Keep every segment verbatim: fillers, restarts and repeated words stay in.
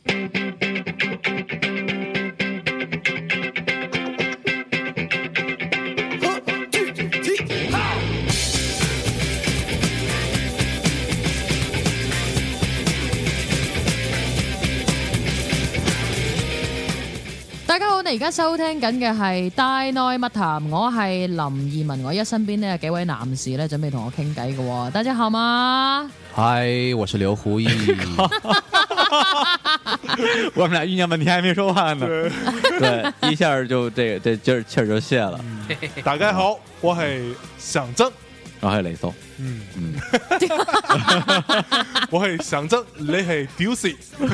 大家好，你而家收聽緊嘅係大內密談，我係林義文，我一身邊呢有幾位男士咧準備同我傾偈嘅，大家好嗎？ 嗨，我是刘胡毅。 我们俩酝酿半天还没说话呢，对，一下就这个这劲儿气儿就泄了。 大家好，我係常真， 然後係雷松， 嗯嗯， 我係常真，你係屌絲。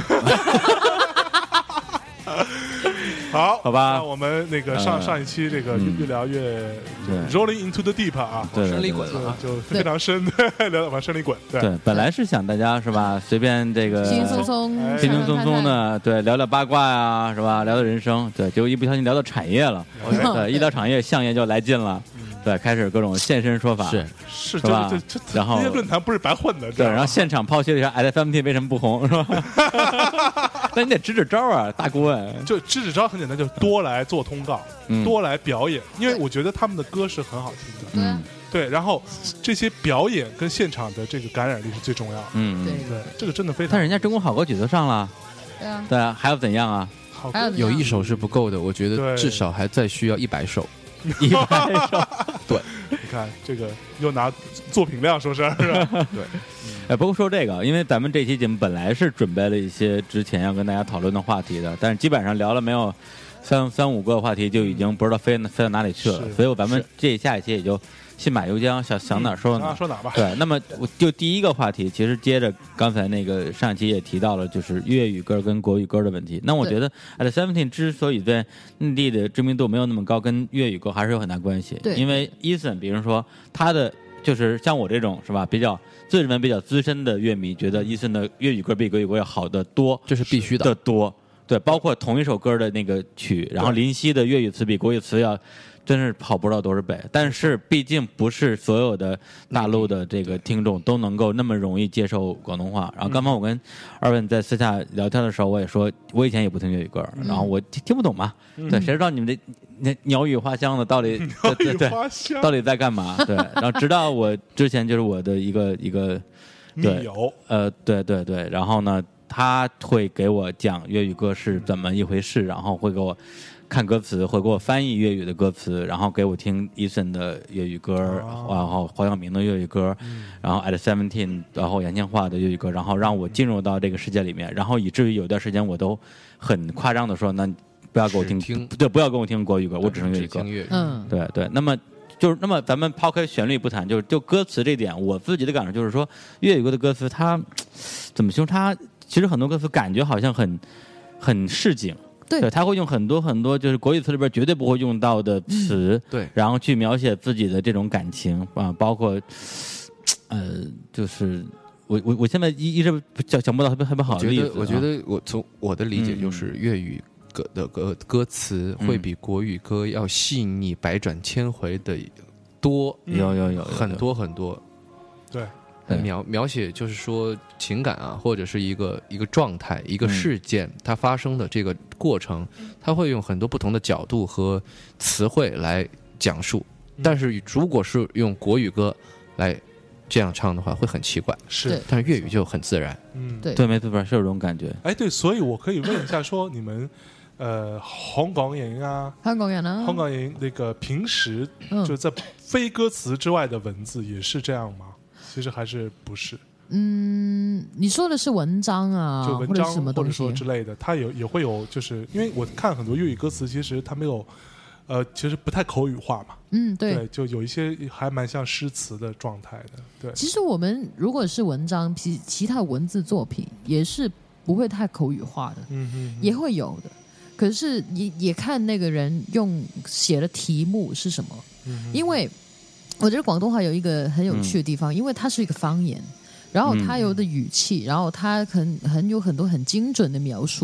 好， 好吧， 那我们那个上、呃、上一期这个越聊越 rolling into the deep 啊， 对， 深里滚了， 就非常深，聊完深里滚。对， 对，本来是想大家是吧，随便这个轻轻松松、 轻轻松松的，对，聊聊八卦呀，是吧？聊聊人生，对，结果一不小心聊到产业了，对，一聊产业，相爷就来劲了。对，开始各种现身说法， 是是是吧？ 这这然后这些论坛不是白混的， 对，然后现场剖析了一下 F M T 为什么不红，是吧？那你得支支招啊，大顾问。 就支支招很简单，就是多来做通告， 嗯、 多来表演，因为我觉得他们的歌是很好听的， 嗯， 对。然后这些表演跟现场的这个感染力是最重要的， 嗯， 对对，这个真的非常。 但人家中国好歌曲都上了， 对啊， 对啊，还要怎样啊？ 好歌有一首是不够的，我觉得至少还再需要一百首。 一百首， 对， 你看这个又拿作品量说事儿，是吧？ 对， 哎，不过说这个，因为咱们这期节目本来是准备了一些之前要跟大家讨论的话题的，但是基本上聊了没有三三五个话题，就已经不知道飞飞到哪里去了，所以咱们这下一期也就信马由缰，想想哪儿说哪儿、 嗯、说哪儿吧。 对，那么我就第一个话题，其实接着刚才那个上一期也提到了，就是粤语歌跟国语歌的问题。那我觉得 At Seventeen 之所以在内地的知名度没有那么高，跟粤语歌还是有很大关系。 对， 因为 Eason 比如说他的就是像我这种是吧，比较自认为比较资深的乐迷，觉得 Eason 的粤语歌比国语歌要好得多， 这是必须的的多。对，包括同一首歌的那个曲，然后林夕的粤语词比国语词要真是好不知道多少倍，但是毕竟不是所有的大陆的这个听众都能够那么容易接受广东话。然后刚刚我跟二位在私下聊天的时候，我也说我以前也不听粤语歌，然后我听不懂嘛，对，谁知道你们这那鸟语花香的到底对对到底在干嘛？对，然后直到我之前就是我的一个一个对呃对对对，然后呢他会给我讲粤语歌是怎么一回事，然后会给我看歌词，会给我翻译粤语的歌词，然后给我听 Eason 的粤语歌，哦、然后黄晓明的粤语歌，嗯、然后 At Seventeen， 然后杨千嬅的粤语歌，然后让我进入到这个世界里面，然后以至于有段时间我都很夸张的说，那不要给我听，听对，不要给我听国语歌，我只听粤语歌。嗯，对对。那么就是那么咱们抛开旋律不谈，就就歌词这点，我自己的感受就是说，粤语歌的歌词它怎么形容它？其实很多歌词感觉好像很很市井。 对, 对，他会用很多很多就是国语词里边绝对不会用到的词， 嗯、对， 然后去描写自己的这种感情啊，包括呃，就是我我我现在一一直想想不到特别特别好的例子、啊。 我觉得我从我的理解就是粤语歌的歌歌词会比国语歌要细腻、百转千回的多， 嗯、有有有很多很多， 对。 描描写就是说情感啊，或者是一个一个状态、一个事件，嗯、它发生的这个过程，它会用很多不同的角度和词汇来讲述。嗯、但是如果是用国语歌来这样唱的话，会很奇怪。 是， 但是粤语就很自然。 嗯， 对对，没错，是有这种感觉。 哎，对，所以我可以问一下，说你们呃，香港人啊， 香港人啊， 香港人那个平时就在非歌词之外的文字也是这样吗？其实还是不是？ 嗯，你说的是文章啊， 就文章或者什么东西或者说之类的，它有也会有，就是因为我看很多粤语歌词，其实它没有，呃，其实不太口语化嘛。 嗯，对， 对，就有一些还蛮像诗词的状态的。对， 其实我们如果是文章，其其他文字作品也是不会太口语化的， 嗯嗯， 也会有的。可是也也看那个人用写的题目是什么，嗯、因为。我觉得广东话有一个很有趣的地方，嗯、因为它是一个方言，然后它有的语气，嗯、然后它很很有很多很精准的描述，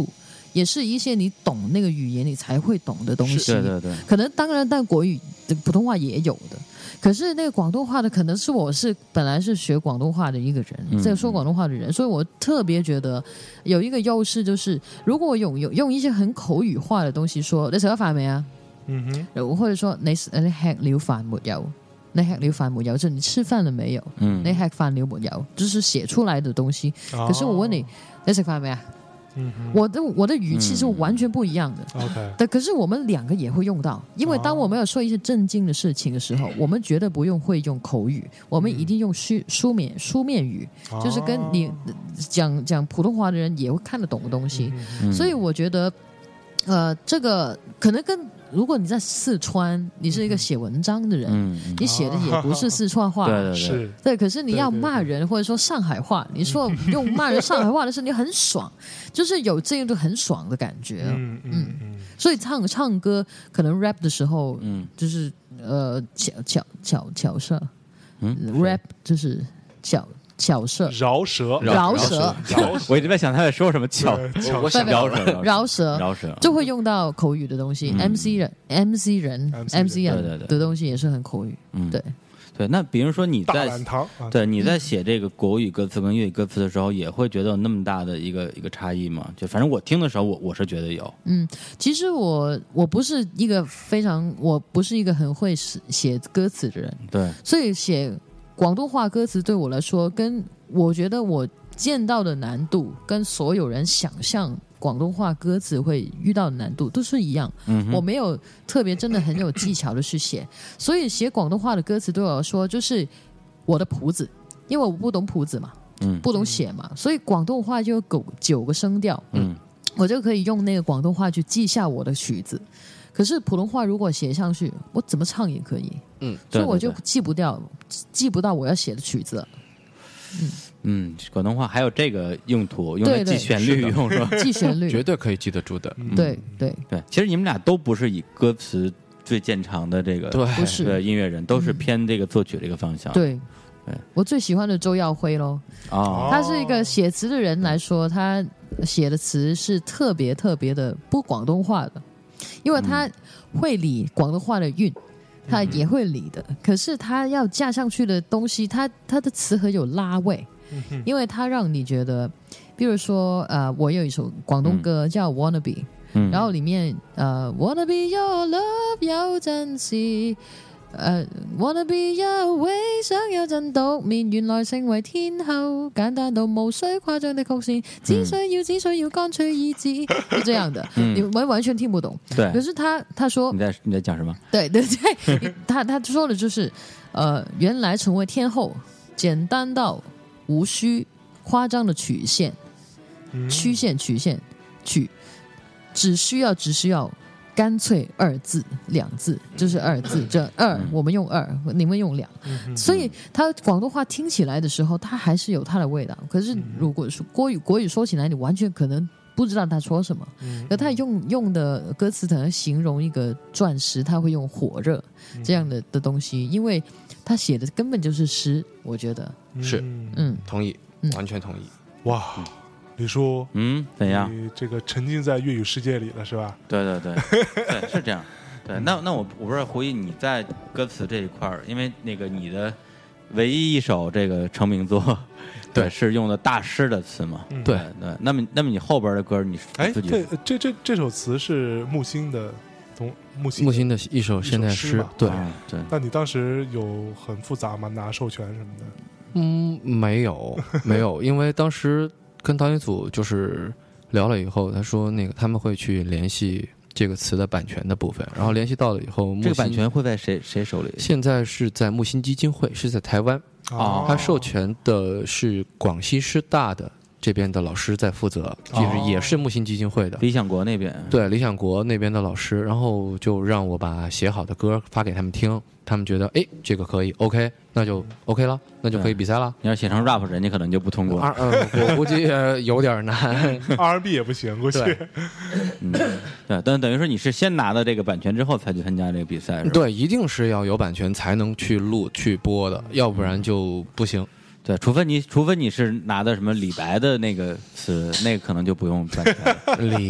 也是一些你懂那个语言你才会懂的东西。 对对对， 可能当然，但国语、普通话也有的。可是那个广东话的，可能是我是本来是学广东话的一个人，在说广东话的人，所以我特别觉得有一个优势，就是如果我用用用一些很口语化的东西说，你食咗飯未啊？ 嗯哼， 或者說你你吃了飯沒有？你吃了飯沒有？就是你吃飯了沒有？嗯，你吃飯了沒有？就是寫出來的東西。哦、可是我問你，你食飯沒啊？嗯，我的我的語氣是完全不一樣的。 OK，、嗯、 但可是我們兩個也會用到，因為當我們要說一些正經的事情的時候，哦、我們絕對不用會用口語，我們一定用書書面書面語，哦、就是跟你講講普通話的人也會看得懂的東西。嗯、所以我覺得，呃，這個可能跟。如果你在四川，你是一個寫文章的人，嗯、你寫的也不是四川話， 對對對，對。可是你要罵人，或者說上海話，你說用罵人上海話的時候，你很爽，就是有這種很爽的感覺。嗯嗯嗯。所以唱唱歌，可能 rap 的時候，嗯，就是呃巧巧巧巧舌，嗯 ，rap 就是巧。巧舌， 饒舌， 饒舌， 我一直在想他在说什么巧， 我想饶舌， 饶舌， 饶舌， 就会用到口语的东西。M C 人，M C 人，M C 人的东西也是很口语。嗯，对， 对。那比如说你在对你在写这个国语歌词跟粤语歌词的时候，也会觉得有那么大的一个一个差异吗？就反正我听的时候，我我是觉得有。嗯， 其实我我不是一个非常，我不是一个很会写歌词的人。 对， 所以写。广东话歌词对我来说，跟我觉得我见到的难度，跟所有人想象广东话歌词会遇到的难度都是一样。嗯，我没有特别真的很有技巧的去写，所以写广东话的歌词对我来说就是我的谱子，因为我不懂谱子嘛，嗯，不懂写嘛，所以广东话就有九九个声调，嗯，我就可以用那个广东话去记下我的曲子。可是普通话如果写上去，我怎么唱也可以，嗯，所以我就记不掉，记不到我要写的曲子。 嗯嗯，广东话还有这个用途，用来记旋律用是吧？ 记旋律绝对可以记得住的。 嗯、对对对，其实你们俩都不是以歌词最见长的这个对不是的音乐人，都是偏这个作曲这个方向。 嗯、对。对，我最喜欢的周耀辉咯，哦，他是一个写词的人来说，他写的词是特别特别的不广东话的。因为他会理广东话的韵，他也会理的，可是他要加上去的东西，他他的词很有拉味，因为他让你觉得，比如说呃，我有一首廣東歌叫 Wanna Be，嗯，然後裡面呃 Wanna Be Your Love 有陣時呃 Wanna Be Your Way 想有陣獨眠，原來成為天后，簡單到無需誇張的曲線，只需要只需要乾脆意志，是這樣的，嗯、你們完全聽不懂。 對， 可是他他說你在你在講什麼？ 對對對，他他說的就是呃，原來成為天后，簡單到無需誇張的曲線，曲線曲線曲，只需要只需要。乾脆二字兩字就是二字，這二我們用二，你們用兩，所以它廣東話聽起來的時候，它還是有它的味道。可是如果說國語，國語說起來，你完全可能不知道他說什麼。而他用用的歌詞可能形容一個鑽石，他會用火熱這樣的的東西，因為他寫的根本就是詩，我覺得是，嗯，同意，完全同意。 哇！李叔， 嗯，怎样？ 你这个沉浸在粤语世界里了，是吧？ 对对对，对是这样。对，那那我我不是回忆你在歌词这一块儿，因为那个你的唯一一首这个成名作，对，是用的大师的词嘛？ 嗯、对对。那么那么你后边的歌，你哎，这这这这首词是木心的，从木心木心的一首现代诗，对、 啊、对。 那你当时有很复杂吗？拿授权什么的？ 嗯，没有没有，因为当时。跟导演组就是聊了以后，他说那个他们会去联系这个词的版权的部分，然后联系到了以后， 这个版权会在谁谁手里？ 现在是在木心基金会，是在台湾啊，他授权的是广西师大的这边的老师在负责，就是也是木心基金会的理想国那边， 对理想国那边的老师，然后就让我把写好的歌发给他们听，他们觉得哎这个可以 OK， 那就 OK 了，那就可以比赛了。 你要写成 rap， 人家可能就不通过。 啊呃、我估计有点难 ，R and B 也不行，估计。 对， 嗯，对，但等于说你是先拿到这个版权之后才去参加这个比赛，是吧？ 对，一定是要有版权才能去录去播的，要不然就不行。 对，除非你，除非你是拿的什么李白的那个词，那个可能就不用版权。 李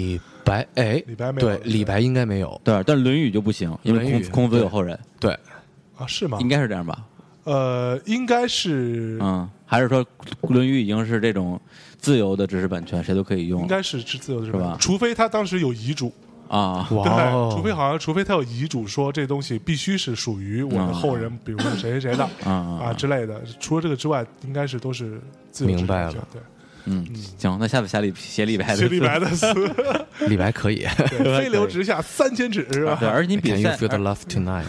白哎， 李白没有， 对，李白应该没有， 对，但是《论语》就不行，因为孔子孔子有后人， 对啊，是吗？ 应该是这样吧？ 呃，应该是， 嗯，还是说《论语》已经是这种自由的知识版权，谁都可以用？ 应该是自由的知识版权， 是吧？ 除非他当时有遗嘱。 啊， 对，除非好像，除非他有遗嘱说这东西必须是属于我的后人，比如说谁谁谁的啊之类的。除了这个之外，应该是都是自由。 明白了， 对，嗯，行，那下次写李写李白的写李白的诗， 李白可以， 飞流直下三千尺是吧？ 对，而且你比赛 ，Can you feel the love tonight？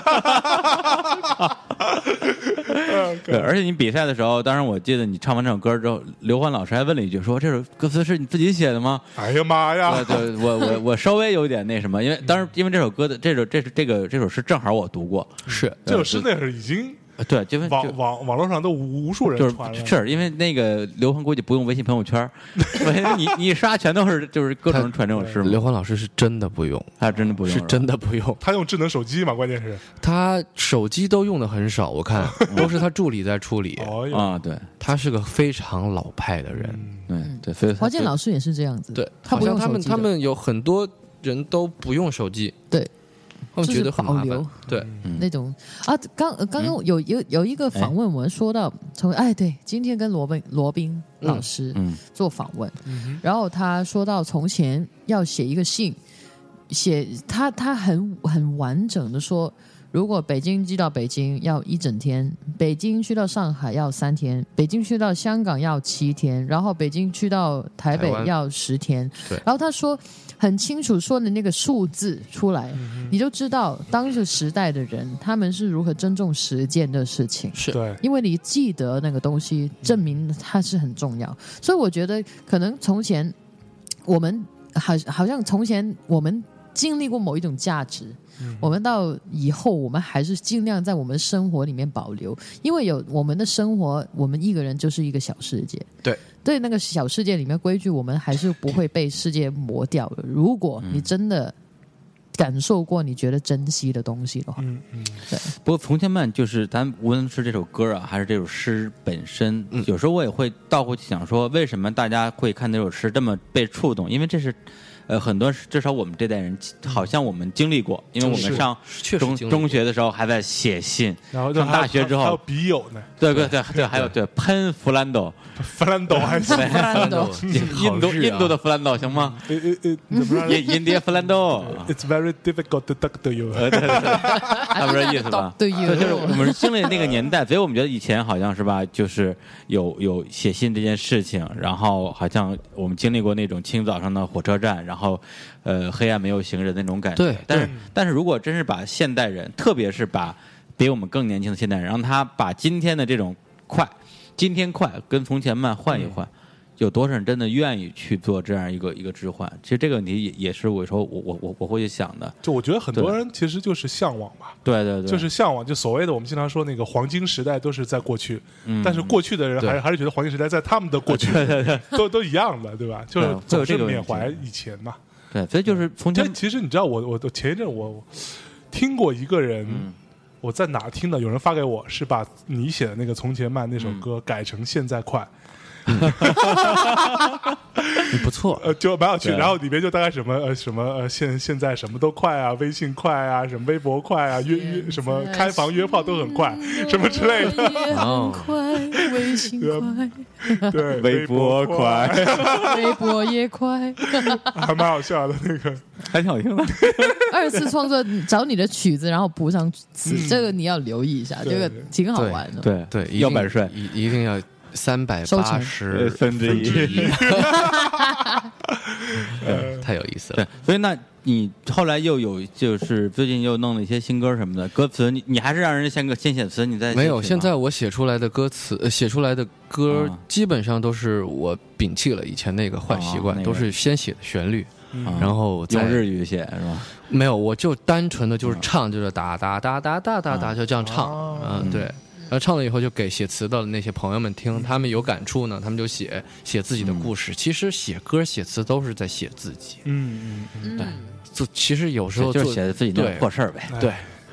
对，而且你比赛的时候，当然我记得你唱完这首歌之后，刘欢老师还问了一句，说这首歌词是你自己写的吗？ 哎呀妈呀！ 对，对我我我稍微有点那什么，因为当时因为这首歌的这首这这个这首诗正好我读过， 是这首诗那是已经。 对，就网网网络上都无无数人传了， 是因为那个刘欢估计不用微信朋友圈，你你一刷全都是就是各种人传这种诗。 刘欢老师是真的不用， 他真的不用， 是真的不用。 他用智能手机嘛，关键是他手机都用的很少，我看都是他助理在处理。 哦啊，对， 他是个非常老派的人， 嗯、对对，所以华健老师也是这样子， 对， 他不用他们他们有很多人都不用手机， 对。 他们觉得很麻烦， 对、 嗯、那种啊，刚刚刚有有有一个访问，我们说到从哎对，今天跟罗宾罗宾老师做访问， 嗯、 然后他说到从前要写一个信，写他他很很完整的说，如果北京寄到北京要一整天，北京去到上海要三天，北京去到香港要七天，然后北京去到台北要十天， 对， 然后他说。很清楚说的那个数字出来、嗯、你就知道当时时代的人他们是如何珍重实践的事情， 是对， 因为你记得那个东西证明它是很重要，所以我觉得可能从前我们好好像从前我们经历过某一种价值、嗯、我们到以后我们还是尽量在我们生活里面保留，因为有我们的生活，我们一个人就是一个小世界， 对对，那个小世界里面规矩我们还是不会被世界磨掉的，如果你真的感受过你觉得珍惜的东西的话， 嗯嗯， 对。 不过从前慢就是咱无论是这首歌啊还是这首诗本身、嗯、有时候我也会倒回去想说，为什么大家会看这首诗这么被触动，因为这是呃，很多至少我们这代人好像我们经历过，因为我们上中中学的时候还在写信， 然后上大学之后还有笔友呢， 对对对对，还有对喷弗兰斗， 弗兰斗还是弗兰斗， 印度印度的弗兰斗行吗？印印第弗兰斗 ，It's very difficult to talk to you， 对对对，差不多意思吧？对，就是我们经历那个年代，所以我们觉得以前好像是吧，就是有有写信这件事情，然后好像我们经历过那种清早上的火车站，然后呃黑暗没有行人的那种感觉。 对， 但是但是如果真是把现代人，特别是把比我们更年轻的现代人，让他把今天的这种快，今天快跟从前慢换一换。嗯，有多少人真的愿意去做这样一个一个置换？其实这个问题也也是我说我我我我会去想的。 就我觉得很多人其实就是向往吧， 对对对， 就是向往。就所谓的我们经常说那个黄金时代都是在过去，嗯、但是过去的人还是还是觉得黄金时代在他们的过去，对对对都都一样的，对吧？就是总是缅怀以前嘛。 对，所以就是从前。 其实你知道我，我我前一阵我我听过一个人。嗯，我在哪听的？有人发给我，是把你写的那个《从前慢》那首歌改成《现在快》。 你不错， 呃，就蛮有趣。然后里面就大概什么呃什么呃现现在什么都快啊，微信快啊，什么微博快啊，约约什么开房约炮都很快，什么之类的。 很快，微信快， 对， 微博快， 微博也快， 还蛮好笑的那个， 还挺好听的。 二次创作找你的曲子，然后补上词，嗯、这个你要留意一下，这个挺好玩的。 对对， 要版税， 一一定要。三百八十分之一， 太有意思了。 对，所以那你后来又有，就是最近又弄了一些新歌什么的，歌词你你还是让人先个先写词，你再没有。现在我写出来的歌词，呃、写出来的歌、啊、基本上都是我摒弃了以前那个坏习惯，啊那个、都是先写的旋律，嗯、然后用日语写是吧？ 没有，我就单纯的就是唱，就是哒哒哒哒哒哒哒，就这样唱。嗯、啊，对。然后唱了以后就给写词的那些朋友们听，他们有感触呢，他们就写写自己的故事。嗯、其实写歌写词都是在写自己。 嗯嗯嗯， 对，就其实有时候就是写自己那破事儿呗。 对，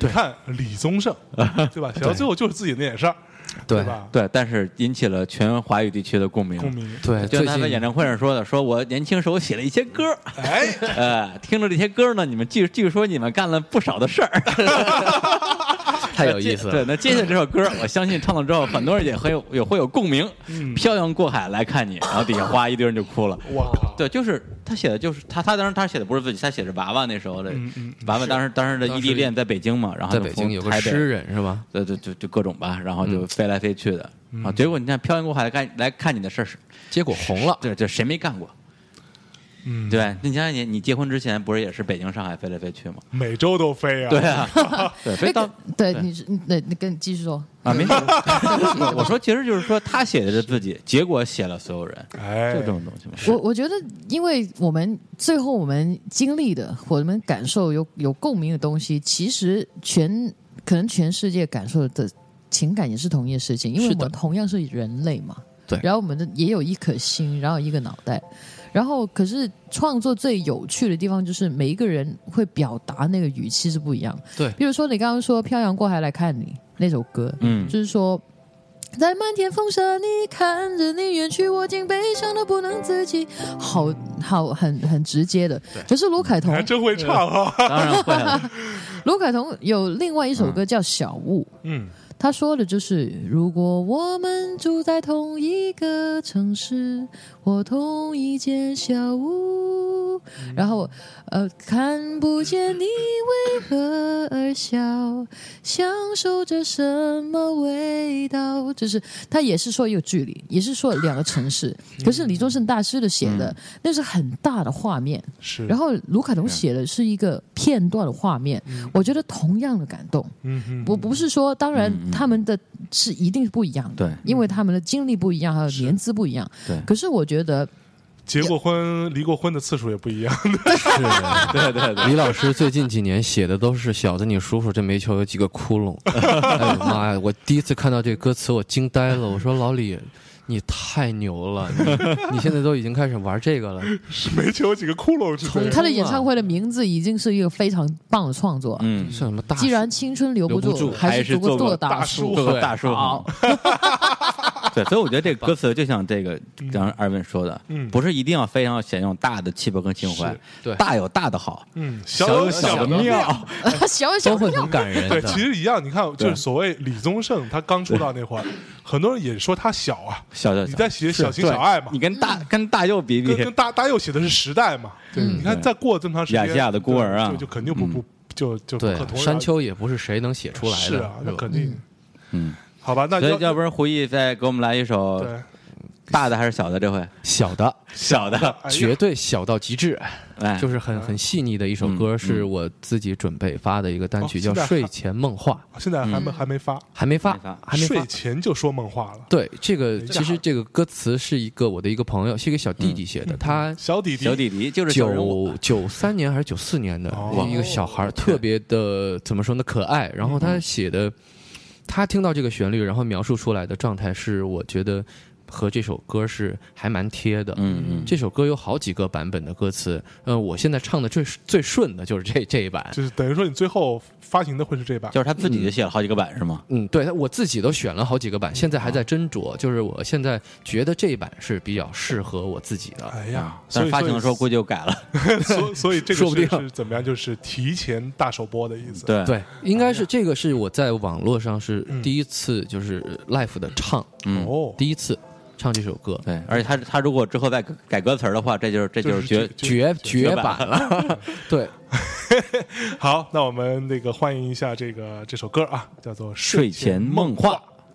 你看李宗盛，对吧？写到最后就是自己那点事儿。对吧？ 对，但是引起了全华语地区的共鸣。 共鸣， 对， 就他在演唱会上说的，说我年轻时候写了一些歌， 哎， 呃，听了这些歌呢，你们据据说你们干了不少的事儿， 太有意思了。 对，那接下来这首歌，我相信唱了之后，很多人也会有也会有共鸣。 嗯， 漂洋过海来看你，然后底下哗一堆人就哭了。 哇， 对，就是他写的，就是他他当时他写的不是自己，他写的是娃娃那时候的， 嗯嗯， 娃娃当时当时的异地恋在北京嘛，然后在北京有个诗人是吧？ 对对，就就各种吧，然后就飞来飞去的。啊！结果你看漂洋过海来看来看你的事儿， 结果红了。 对，这谁没干过？ 嗯， 对，你想想你，你结婚之前不是也是北京、上海飞来飞去吗？ 每周都飞啊！ 对啊，对，飞到对你是对，你跟继续说啊，没事。我说，其实就是说，他写的是自己，结果写了所有人， 哎， 就这种东西嘛。 我我觉得，因为我们最后我们经历的，我们感受有有共鸣的东西，其实全可能全世界感受的。情感也是同一件事情，因为我们同样是人类嘛。 对。 然后我们的也有一颗心，然后一个脑袋，然后可是创作最有趣的地方就是每一个人会表达那个语气是不一样。 对。 比如说你刚刚说《漂洋过海来看你》那首歌，嗯，就是说在漫天风沙里看着你远去，我竟悲伤的不能自己，好好很很直接的。可是卢凯彤还真会唱啊， 当然会了。 卢凯彤有另外一首歌叫《小雾》，嗯。他说的就是，如果我们住在同一个城市，或同一间小屋，嗯、然后呃看不见你为何而笑，享受着什么味道？就是他也是说一个距离，也是说两个城市。嗯、可是李宗盛大师的写的、嗯、那是很大的画面， 是。 然后卢凯彤写的是一个片段的画面，嗯、我觉得同样的感动。嗯嗯，我不是说当然。嗯他们的是一定是不一样的， 对， 因为他们的经历不一样，还有年资不一样， 对。 可是我觉得， 结过婚、离过婚的次数也不一样， 是的，对对对。李老师最近几年写的都是小子，你数数这煤球有几个窟窿？哎呦妈呀！我第一次看到这个歌词，我惊呆了。我说老李。你太牛了！你, 你现在都已经开始玩这个了， 煤球有几个窟窿是吧？ 他的演唱会的名字已经是一个非常棒的创作。 嗯，是什么大？ 既然青春留不住， 留不住还是做个大叔，做个大叔好。对，所以我觉得这个歌词就像这个刚刚二位说的，嗯，不是一定要非常显用大的气魄跟情怀， 对， 大有大的好， 嗯， 小有小的妙， 小有小都会很感人。 对，其实一样。你看，就是所谓李宗盛，他刚出道那会儿，很多人也说他小啊， 小小你在写小情小爱嘛， 你跟大跟大佑比比， 跟大大佑写的是时代嘛，对，你看再过这么长时间， 亚细亚的孤儿啊， 就就肯定不不就就对，山丘也不是谁能写出来的， 是啊，那肯定， 嗯。 好吧，那所以要不然胡毅再给我们来一首大的还是小的？这回小的， 小的， 绝对小到极致， 哎， 就是很很细腻的一首歌，是我自己准备发的一个单曲，叫《睡前梦话》。 现在还没还没发， 还没发，还没发。 睡前就说梦话了。 对，这个其实这个歌词是一个我的一个朋友，是一个小弟弟写的，他小弟弟， 小弟弟就是九九三年还是九四年的一个小孩，特别的怎么说呢，可爱。然后他写的。他听到这个旋律，然后描述出来的状态是，我觉得和这首歌是还蛮贴的。 嗯嗯， 这首歌有好几个版本的歌词，呃，我现在唱的最最顺的就是这这一版， 就是等于说你最后发行的会是这版， 就是他自己就写了好几个版、嗯、是吗？ 嗯，对，我自己都选了好几个版，现在还在斟酌，就是我现在觉得这一版是比较适合我自己的。 哎呀， 但是发行的时候估计就改了， 所所以这个是是怎么样？就是提前大首播的意思。 对对，应该是这个是我在网络上是第一次就是 live 的唱， 嗯， 哦，第一次。唱这首歌， 对，而且他他如果之后再改歌词的话，这就是这就是绝绝绝版了。对， 好，那我们那个欢迎一下这个这首歌啊，叫做《 睡前梦话》。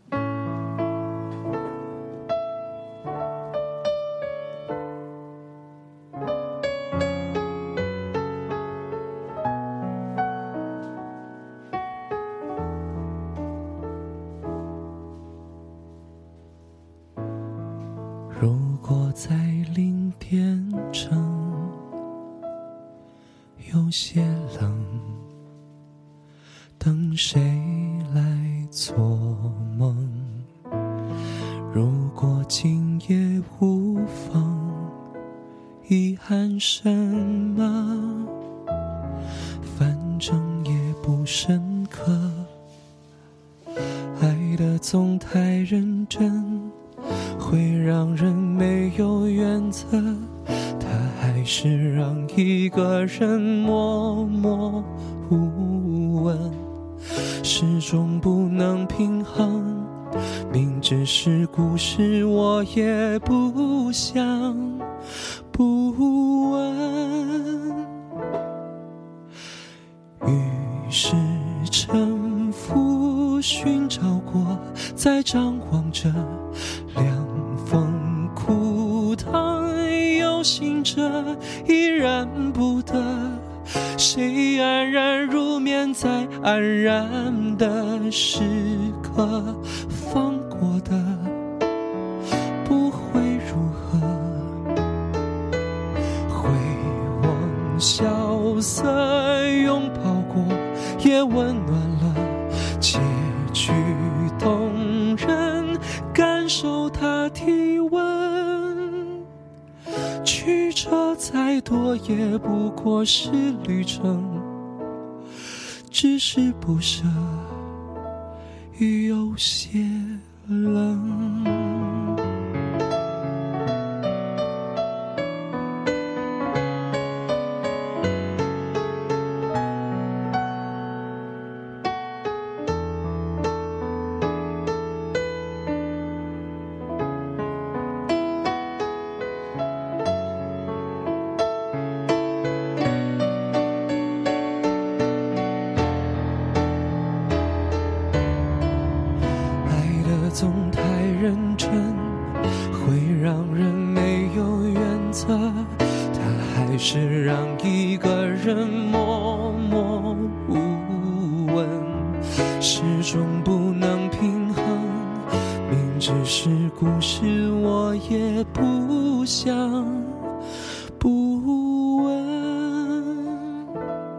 如果在零点整有些冷，等谁来做梦？如果今夜无风，遗憾什么？反正也不深刻，爱的总太认真，会让人没有原则，他还是让一个人默默无闻，始终不能平衡，明知是故事我也不想不问，于是沉浮寻找过，再张望着凉风枯汤，又醒着依然不得，谁安然入眠，在安然的时刻放过的不会如何，回望萧瑟拥抱过，也温暖了，结局动人，感受它体温，曲折再多也不过是旅程，只是不舍有些冷。总太认真，会让人没有原则，它还是让一个人默默无闻，始终不能平衡，明知是故事我也不想不问，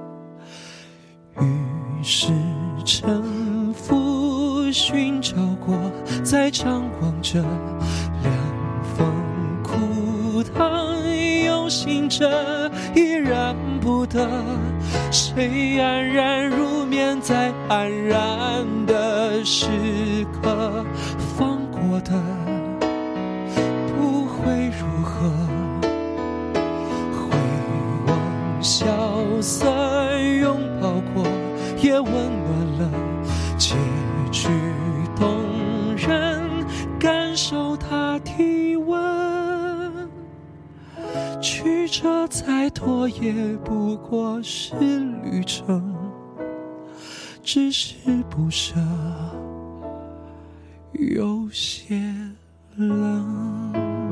于是沉浮寻找过，再张望着凉风枯汤，又醒着依然不得，谁安然入眠，在安然的时刻放过的不会如何，回望萧瑟拥抱过，也温暖了，结局动人，感受它体温，曲折再多也不过是旅程，只是不舍有些冷。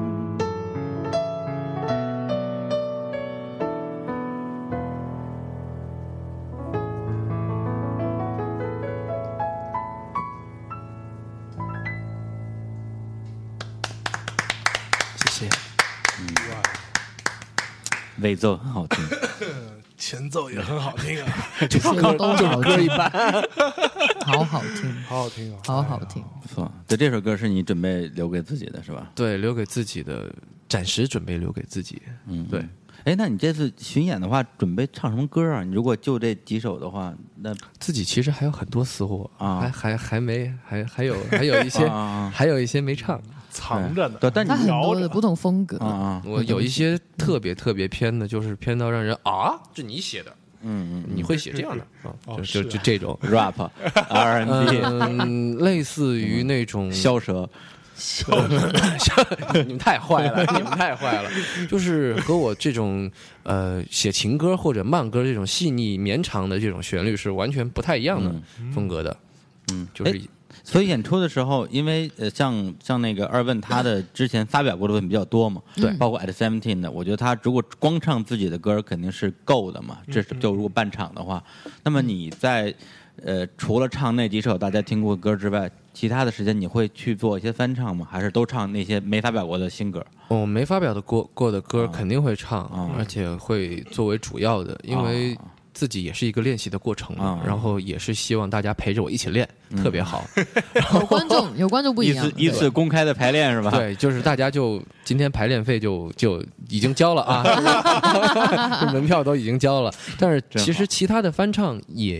谢谢。 嗯， 尾奏很好听， 前奏也很好听啊， 就是都好听一般， 好好听， 好好听啊， 好好听。 不错。对，这首歌是你准备留给自己的是吧？ 对，留给自己的，暂时准备留给自己。 嗯， 对。 哎，那你这次巡演的话，准备唱什么歌啊？你如果就这几首的话，那自己其实还有很多私货啊， 还还还没，还还有还有一些， 啊、 还有一些没唱， 藏着呢。 对，但你它很多的不同风格啊， 我有一些特别特别偏的，就是偏到让人啊，这你写的， 嗯嗯， 你会写这样的啊， 哦就就就这种 rap、R and B， 嗯，类似于那种萧舌。 你们太坏了，你们太坏了！就是和我这种呃写情歌或者慢歌这种细腻绵长的这种旋律是完全不太一样的风格的。嗯，就是所以演出的时候，因为呃像像那个二问他的之前发表过的问题比较多嘛，对，包括 at seventeen 的，我觉得他如果光唱自己的歌肯定是够的嘛，这是就如果半场的话，那么你在呃除了唱那几首大家听过的歌之外，其他的时间你会去做一些翻唱吗？还是都唱那些没发表过的新歌？ 我、哦、没发表的过过的歌肯定会唱，啊、而且会作为主要的，因为自己也是一个练习的过程嘛，啊、然后也是希望大家陪着我一起练，嗯、特别好。 有观众，有观众不一样， 一次一次公开的排练是吧？ 对，就是大家就今天排练费就就已经交了啊，门票都已经交了，但是其实其他的翻唱也。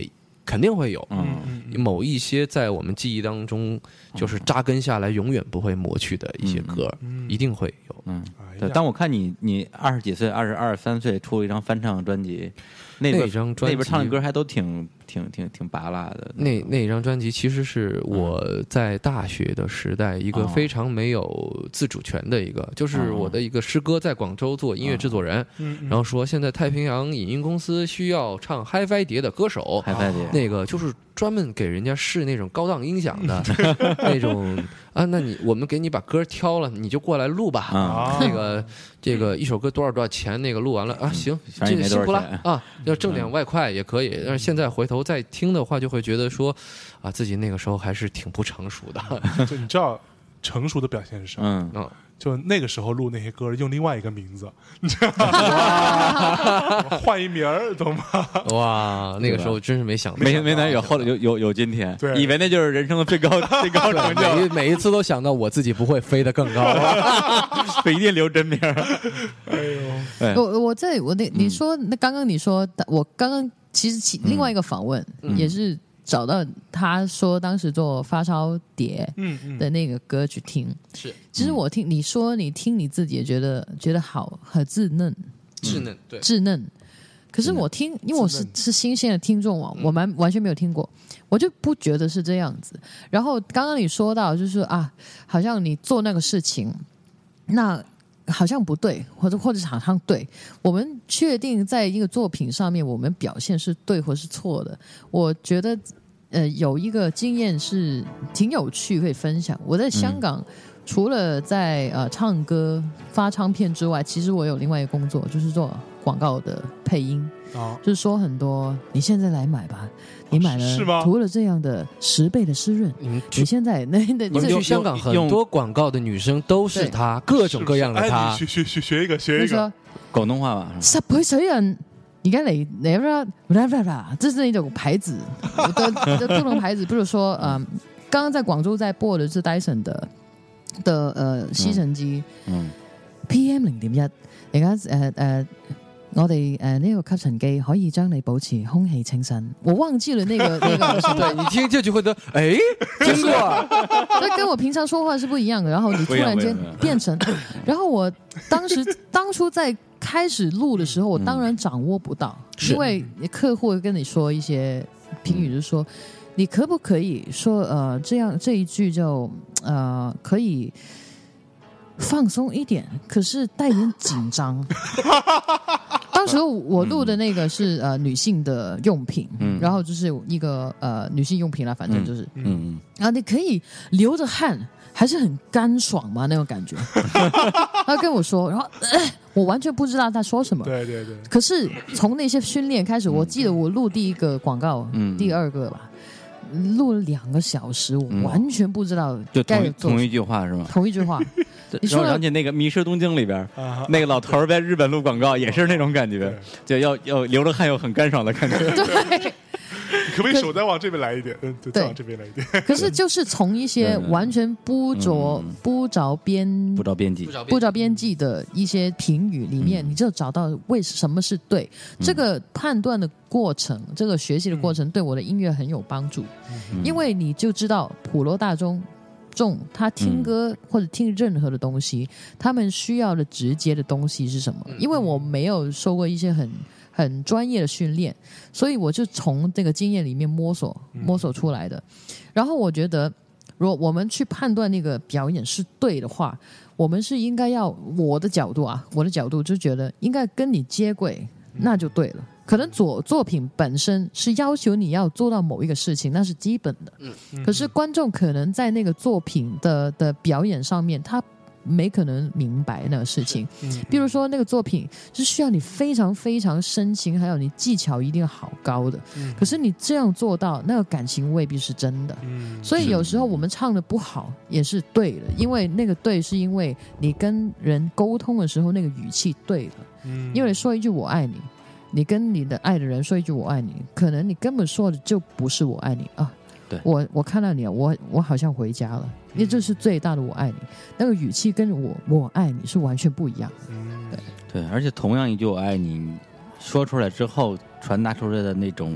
肯定会有， 嗯， 某一些在我们记忆当中就是扎根下来，永远不会抹去的一些歌， 嗯、 一定会有。 嗯，对。当我看你，你二十几岁，二十二三岁出一张翻唱专辑，那边那张专辑那边唱的歌还都挺挺挺挺拔辣的。 那那张专辑其实是我在大学的时代一个非常没有自主权的一个，就是我的一个师哥在广州做音乐制作人，然后说现在太平洋影音公司需要唱 Hi-Fi 碟的歌手 ，Hi-Fi 碟那个就是专门给人家试那种高档音响的那种啊，那你我们给你把歌挑了，你就过来录吧。啊、那个这个一首歌多少多少钱？那个录完了啊，行，这辛苦了啊，要挣点外快也可以。但是现在回头再听的话，就会觉得说啊，自己那个时候还是挺不成熟的。 就你知道成熟的表现是什么？嗯。就那个时候录那些歌用另外一个名字，你知道吗？换一名儿，懂吗？ 哇，那个时候真是没想到， 没没能有后来有有有今天，以为那就是人生的最高最高成就。 每每一次都想到我自己不会飞得更高， 不一定留真名。 哎呦，我我在我那你说那刚刚你说我刚刚其实另外一个访问也是。找到他说当时做发烧碟的那个歌去听， 是、嗯， 其实我听你说你听你自己也觉得觉得好，很稚嫩， 稚嫩对稚嫩。可是我听，因为我是是新鲜的听众啊，我蛮完全没有听过，我就不觉得是这样子。然后刚刚你说到就是啊，好像你做那个事情，那。好像不对，或者或者好像对，我们确定在一个作品上面，我们表现是对或是错的。我觉得，呃，有一个经验是挺有趣，可以分享。我在香港，嗯、除了在呃唱歌、发唱片之外，其实我有另外一个工作，就是做广告的配音。哦，就是说很多，你现在来买吧。你买了涂了这样的十倍的湿润，你现在那那你去香港很多广告的女生都是她，各种各样的她。 学学学学一个学一个广东话吧。 十倍水润，而家嚟嚟啦啦啦，这是那种牌子的的各种牌子，比如说呃，刚刚在广州在播的是 Dyson 的的呃吸尘机，嗯 ，P M 零點一，而家誒誒。我哋誒呢個吸塵機可以將你保持空氣清新。我忘記了那個那個， 對你聽這句會得哎，聽過， 這跟我平常說話是不一樣的。然後你突然間變成，然後我當時當初在開始錄的時候，我當然掌握不到，嗯、因為客戶會跟你說一些評語，就是說你可不可以說呃這樣這一句就呃可以。放鬆一點，可是帶點緊張。當時我錄的那個是呃女性的用品，嗯、然後就是一個呃女性用品啦，反正就是，嗯嗯，然後你可以流着汗，還是很乾爽嘛那種感覺。他跟我說，然後、呃、我完全不知道他說什麼。 對對對。 可是從那些訓練開始，我記得我錄第一個廣告，嗯，第二個吧。錄了兩個小時，我完全不知道就同同一句話是嗎？ 同一句話。 你說想起那個《迷失東京》裡邊，那個老頭在日本錄廣告也是那種感覺，就要要流着汗又很乾爽的感覺。 對。 可不可以手再往這邊來一點？嗯，對，再往這邊來一點。 可是就是從一些完全不着、嗯、不着邊不着邊際不着邊際的一些評語裡面，嗯、你就找到為什麼是對、嗯、這個判斷的過程，這個學習的過程對我的音樂很有幫助，嗯、因為你就知道普羅大眾眾他聽歌或者聽任何的東西，他們需要的直接的東西是什麼？因為我沒有受過一些很很專業的訓練，所以我就從這個經驗裡面摸索摸索出來的。然後我覺得，如果我們去判斷那個表演是對的話，我們是應該要我的角度啊，我的角度就覺得應該跟你接軌，那就對了。可能作作品本身是要求你要做到某一個事情，那是基本的。可是觀眾可能在那個作品的的表演上面，他沒可能明白那個事情。比如說那個作品是需要你非常非常深情，還有你技巧一定要好高的，可是你這樣做到，那個感情未必是真的。所以有時候我們唱得不好也是對的，因為那個對是因為你跟人溝通的時候那個語氣對了。因為你說一句我愛你，你跟你的愛的人說一句我愛你，可能你根本說的就不是我愛你啊。對，我我看到你了，我我好像回家了，因為這是最大的我愛你，那個語氣跟我我愛你是完全不一樣的。對對，而且同樣一句我愛你說出來之後傳達出來的那種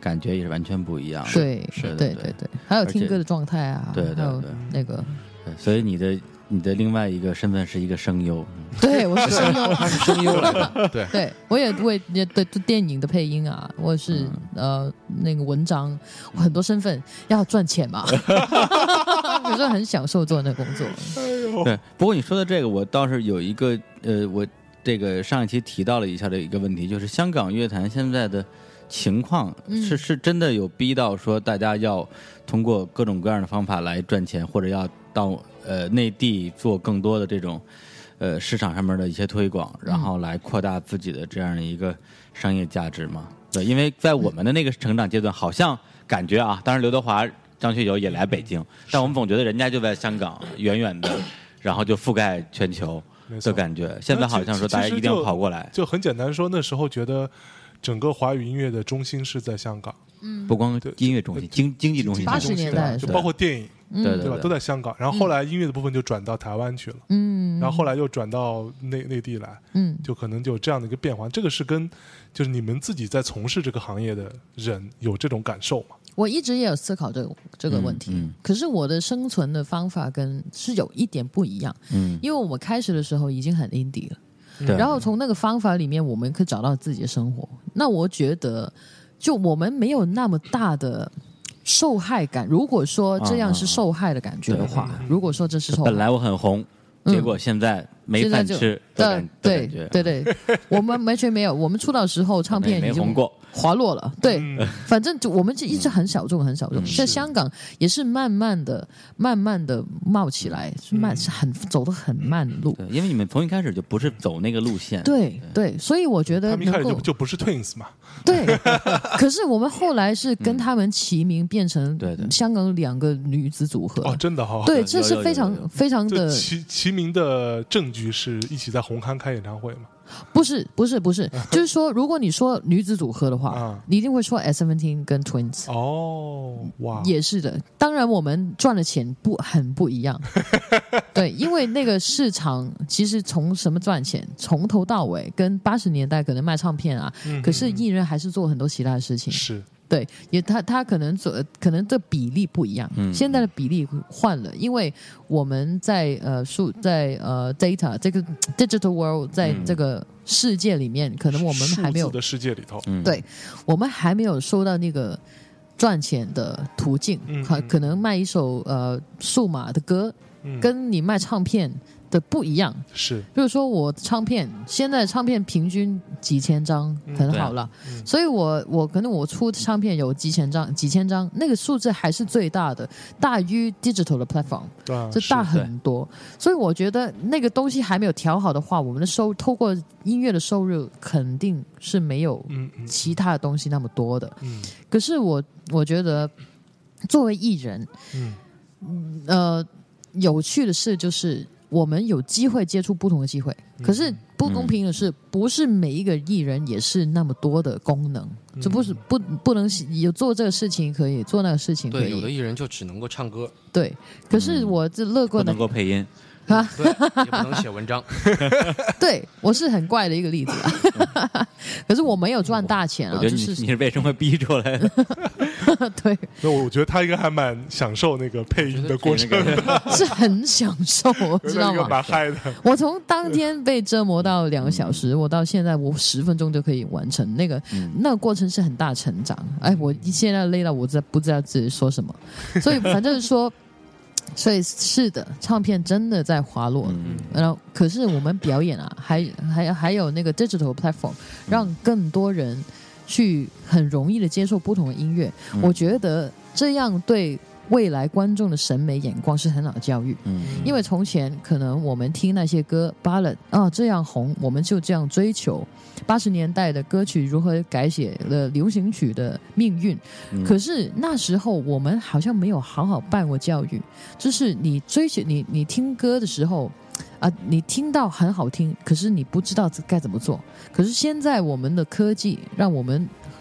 感觉也是完全不一样的。 对， 是的， 对对对，还有听歌的状态啊， 对对对， 还有那个， 所以你的你的另外一个身份是一个声优。 对，我是声优， 他是声优来的，对对，我也为对电影的配音啊，我是、嗯、呃那个文章，我很多身份要赚钱嘛，有时候很享受做那工作。 对，不过你说的这个，我倒是有一个呃，我这个上一期提到了一下的一个问题，就是香港乐坛现在的情况是、嗯、是真的有逼到说大家要通过各种各样的方法来赚钱，或者要到呃内地做更多的这种呃市场上面的一些推广，然后来扩大自己的这样的一个商业价值嘛？对，因为在我们的那个成长阶段，好像感觉啊，当然刘德华、张学友也来北京，但我们总觉得人家就在香港远远的，然后就覆盖全球的感觉。现在好像说大家一定要跑过来， 就很简单说，那时候觉得整个华语音乐的中心是在香港， 嗯， 不光音乐中心，经经济中心， 八十年代就包括电影。 对对对, 对吧？都在香港，然后后来音乐的部分就转到台湾去了，嗯，然后后来又转到内内地来，嗯，就可能就有这样的一个变化。这个是跟就是你们自己在从事这个行业的人有这种感受吗？ 我一直也有思考这个这个问题，嗯嗯、可是我的生存的方法跟是有一点不一样，嗯，因为我们开始的时候已经很 indie 了，嗯、然后从那个方法里面我们可以找到自己的生活。那我觉得，就我们没有那么大的受害感，如果说这样是受害的感觉的话，如果说这是受害， 本来我很红，结果现在没饭吃的感对觉， 对对对，我们完全没有，我们出道时候唱片已经滑落了，对，嗯、反正就我们就一直很小众，很小众。在、嗯、香港也是慢慢的、慢慢的冒起来，是慢，是很走得很慢的路。 对，因为你们从一开始就不是走那个路线， 对对，所以我觉得他们一开始就就不是 Twins 嘛。 对，可是我们后来是跟他们齐名，变成香港两个女子组合。 哦，真的哈、哦。 对，这是非常非常的齐齐名的证据是一起在红磡开演唱会嘛？ 不是，不是，不是，就是说，如果你说女子组合的话，啊、你一定会说 S Seventeen 跟 Twins。 哦，哇， 也是的。当然，我们赚的钱不很不一样。对，因为那个市场其实从什么赚钱，从头到尾跟八十年代可能卖唱片啊，嗯、可是艺人还是做很多其他的事情。 是。 对，也他他可能做可能这比例不一样，嗯、现在的比例换了，因为我们在呃数在呃 data 这个 digital world 在这个世界里面，嗯、可能我们还没有数字的世界里头， 对，我们还没有收到那个赚钱的途径，嗯、可能卖一首呃数码的歌，嗯、跟你卖唱片的不一样， 是， 比如说我唱片，现在唱片平均几千张很好了，嗯嗯、所以我我可能我出唱片有几千张，几千张，那个数字还是最大的，大于 digital 的 platform，啊、这大很多。所以我觉得那个东西还没有调好的话，我们的收透过音乐的收入肯定是没有其他的东西那么多的。嗯、可是我我觉得作为艺人，嗯、呃，有趣的事就是。我们有机会接触不同的机会，可是不公平的是，嗯、不是每一个艺人也是那么多的功能，这、嗯、不是不不能有做这个事情可以做那个事情可以。 对，有的艺人就只能够唱歌。 对，可是我这乐观的、 嗯、不能够配音啊， 对，也不能写文章。 对，我是很怪的一个例子啊。可是我没有赚大钱啊， 我觉得你、 就是、 你是被什么逼出来的？ 对， 那我觉得他应该还蛮享受那个配音的过程的， 是很享受，我知道吗？ 蛮嗨的。 我从当天被折磨到两个小时，我到现在我十分钟就可以完成那个，嗯、那个过程是很大成长。哎，我现在累到我不知道自己说什么，所以反正说。所以是的，唱片真的在滑落，嗯、然后可是我们表演啊，还还还有那个 digital platform， 让更多人去很容易的接受不同的音乐。嗯、我觉得这样对未来观众的审美眼光是很好的教育。嗯、因为从前可能我们听那些歌 ballad 啊这样红，我们就这样追求。八十年代的歌曲如何改写了流行曲的命运，嗯、可是那时候我们好像没有好好办过教育，就是你追求你你听歌的时候啊，你听到很好听，可是你不知道该怎么做。可是现在我们的科技让我们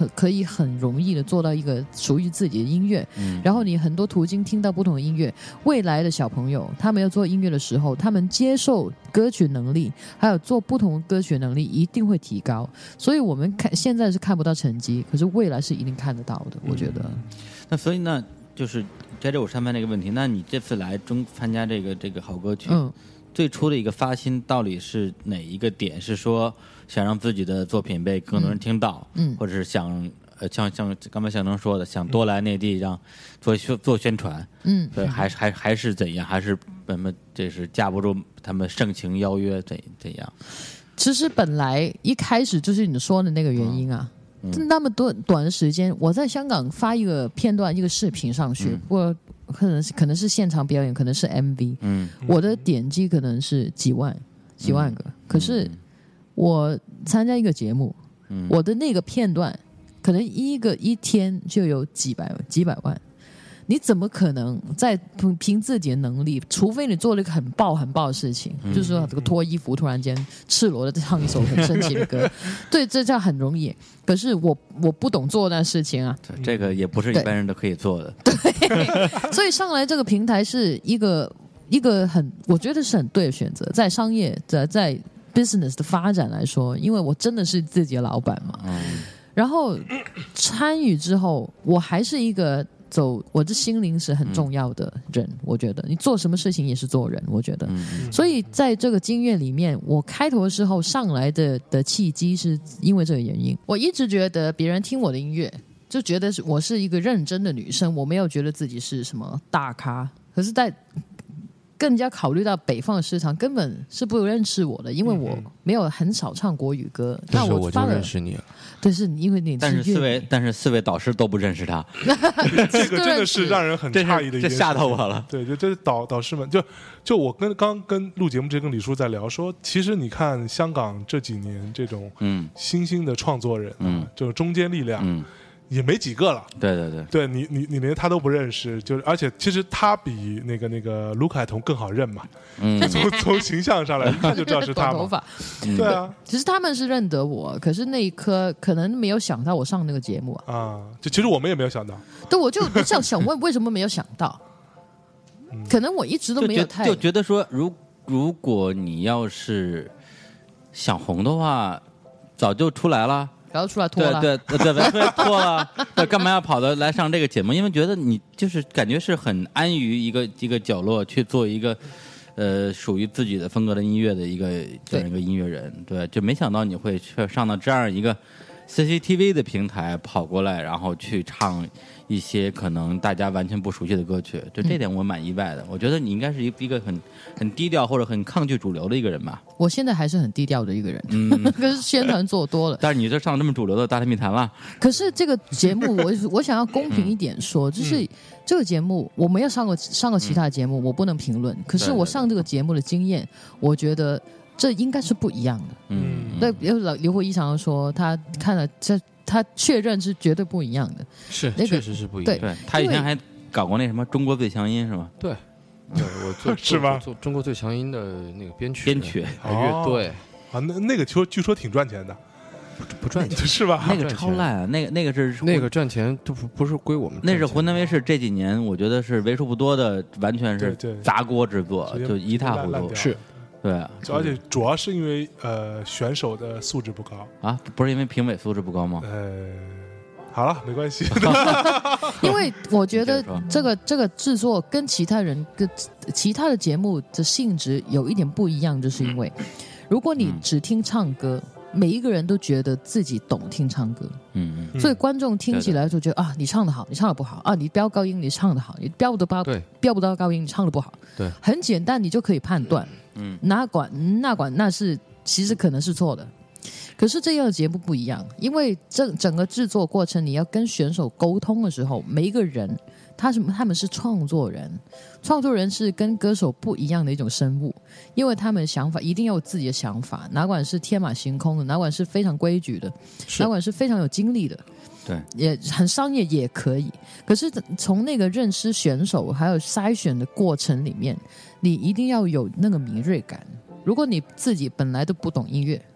可以很容易的做到一个属于自己的音乐，嗯，然后你很多途径听到不同的音乐。未来的小朋友他们要做音乐的时候，他们接受歌曲能力还有做不同歌曲能力一定会提高，所以我们看现在是看不到成绩，可是未来是一定看得到的，我觉得。 嗯、那所以呢，就是接着我上面那个问题，那你这次来中参加这个这个好歌曲，嗯，最初的一个发心到底是哪一个点？是说想让自己的作品被更多人听到，嗯，或者是想呃像像刚才小能说的，想多来内地让做做宣传，嗯，对，还还还是怎样？还是什么？这是架不住他们盛情邀约怎怎样？ 其实本来一开始就是你说的那个原因啊。嗯嗯、那么多短的时间，我在香港发一个片段、一个视频上去，嗯、我可能是可能是现场表演，可能是 M V， 嗯，我的点击可能是几万、几万个。嗯、可是我参加一个节目，嗯、我的那个片段可能一个一天就有几百几百万。你怎么可能在凭自己的能力？除非你做了一个很爆很爆的事情，嗯、就是说这个脱衣服突然间赤裸的唱一首很神奇的歌，对，这这样很容易。可是我我不懂做那事情啊， 这个也不是一般人都可以做的。 对，所以上来这个平台是一个一个很，我觉得是很对的选择，在商业在在 business 的发展来说，因为我真的是自己的老板嘛。嗯、然后参与之后，我还是一个。走，我的心灵是很重要的人，嗯、我觉得你做什么事情也是做人，我觉得。嗯、所以在这个经乐里面，我开头的时候上来的的契机是因为这个原因。我一直觉得别人听我的音乐，就觉得我是一个认真的女生，我没有觉得自己是什么大咖。可是，在更加考虑到北方的市场，根本是不认识我的，因为我没有很少唱国语歌。 嗯、那我就认识你了。 对，是因为你是但是四位，但是四位导师都不认识他， 这个真的是让人很诧异的一件事。 这吓到我了。 对，就这是导导师们，就就我跟刚跟录节目之前跟李叔在聊说，其实你看香港这几年这种嗯新兴的创作人，嗯，这种中坚力量，嗯。也没几个了， 对对对， 对你你你连他都不认识，就是而且其实他比那个那个卢凯彤更好认嘛，嗯，从从形象上来一看就知道是他嘛， 短头发， 嗯、对啊， 其实他们是认得我，可是那一刻可能没有想到我上那个节目啊， 啊，就其实我们也没有想到， 对，我就想想问为什么没有想到，嗯、可能我一直都没有太就觉得说，如如果你要是想红的话，早就出来了。 不要出来拖了， 对对对对，对拖了，对，干嘛要跑到来上这个节目？因为觉得你就是感觉是很安于一个一个角落去做一个呃属于自己的风格的音乐的一个这样一个音乐人，对，就没想到你会上到这样一个 C C T V 的平台跑过来，然后去唱一些可能大家完全不熟悉的歌曲，就这点我蛮意外的。嗯、我觉得你应该是一个很很低调或者很抗拒主流的一个人吧。 我现在还是很低调的一个人，嗯，可是宣传做多了。 但是你这上这么主流的大内密谈了。 可是这个节目我，我我想要公平一点说，嗯、就是这个节目我没有上过上过其他的节目，嗯、我不能评论。可是我上这个节目的经验，我觉得这应该是不一样的。嗯，对，刘刘慧一常说他看了这。他确认是绝对不一样的， 是、那个、确实是不一样。 对，他以前还搞过那什么中国最强音是吧？ 对，对我做是吧？ 做中国最强音的那个编曲， 编曲乐队啊，那那个据据说挺赚钱的， 不不赚钱是吧？ 那个超烂啊，那个那个是那个赚钱都不不是归我们， 那是湖南卫视这几年我觉得是为数不多的，完全是砸锅制作，就一塌糊涂。 是。 对， 而且主要是因为呃选手的素质不高啊，不是因为评委素质不高吗？ 呃，好了，没关系。 因为我觉得这个这个制作跟其他人跟其他的节目的性质有一点不一样，就是因为如果你只听唱歌。嗯每一个人都觉得自己懂听唱歌，嗯嗯，所以观众听起来就觉得啊，你唱得好，你唱得不好啊，你飙高音，你唱得好，你飙不到飙不到高音，你唱得不好， 对， 很简单，你就可以判断，嗯，哪管那管那是其实可能是错的，可是这样的节目不一样，因为整整个制作过程，你要跟选手沟通的时候，每一个人他是他们是创作人，创作人是跟歌手不一样的一种生物，因为他们的想法一定要有自己的想法，哪管是天马行空的，哪管是非常规矩的，哪管是非常有精力的， 对， 也很商业也可以。可是从那个认识选手还有筛选的过程里面，你一定要有那个敏锐感。如果你自己本来都不懂音乐，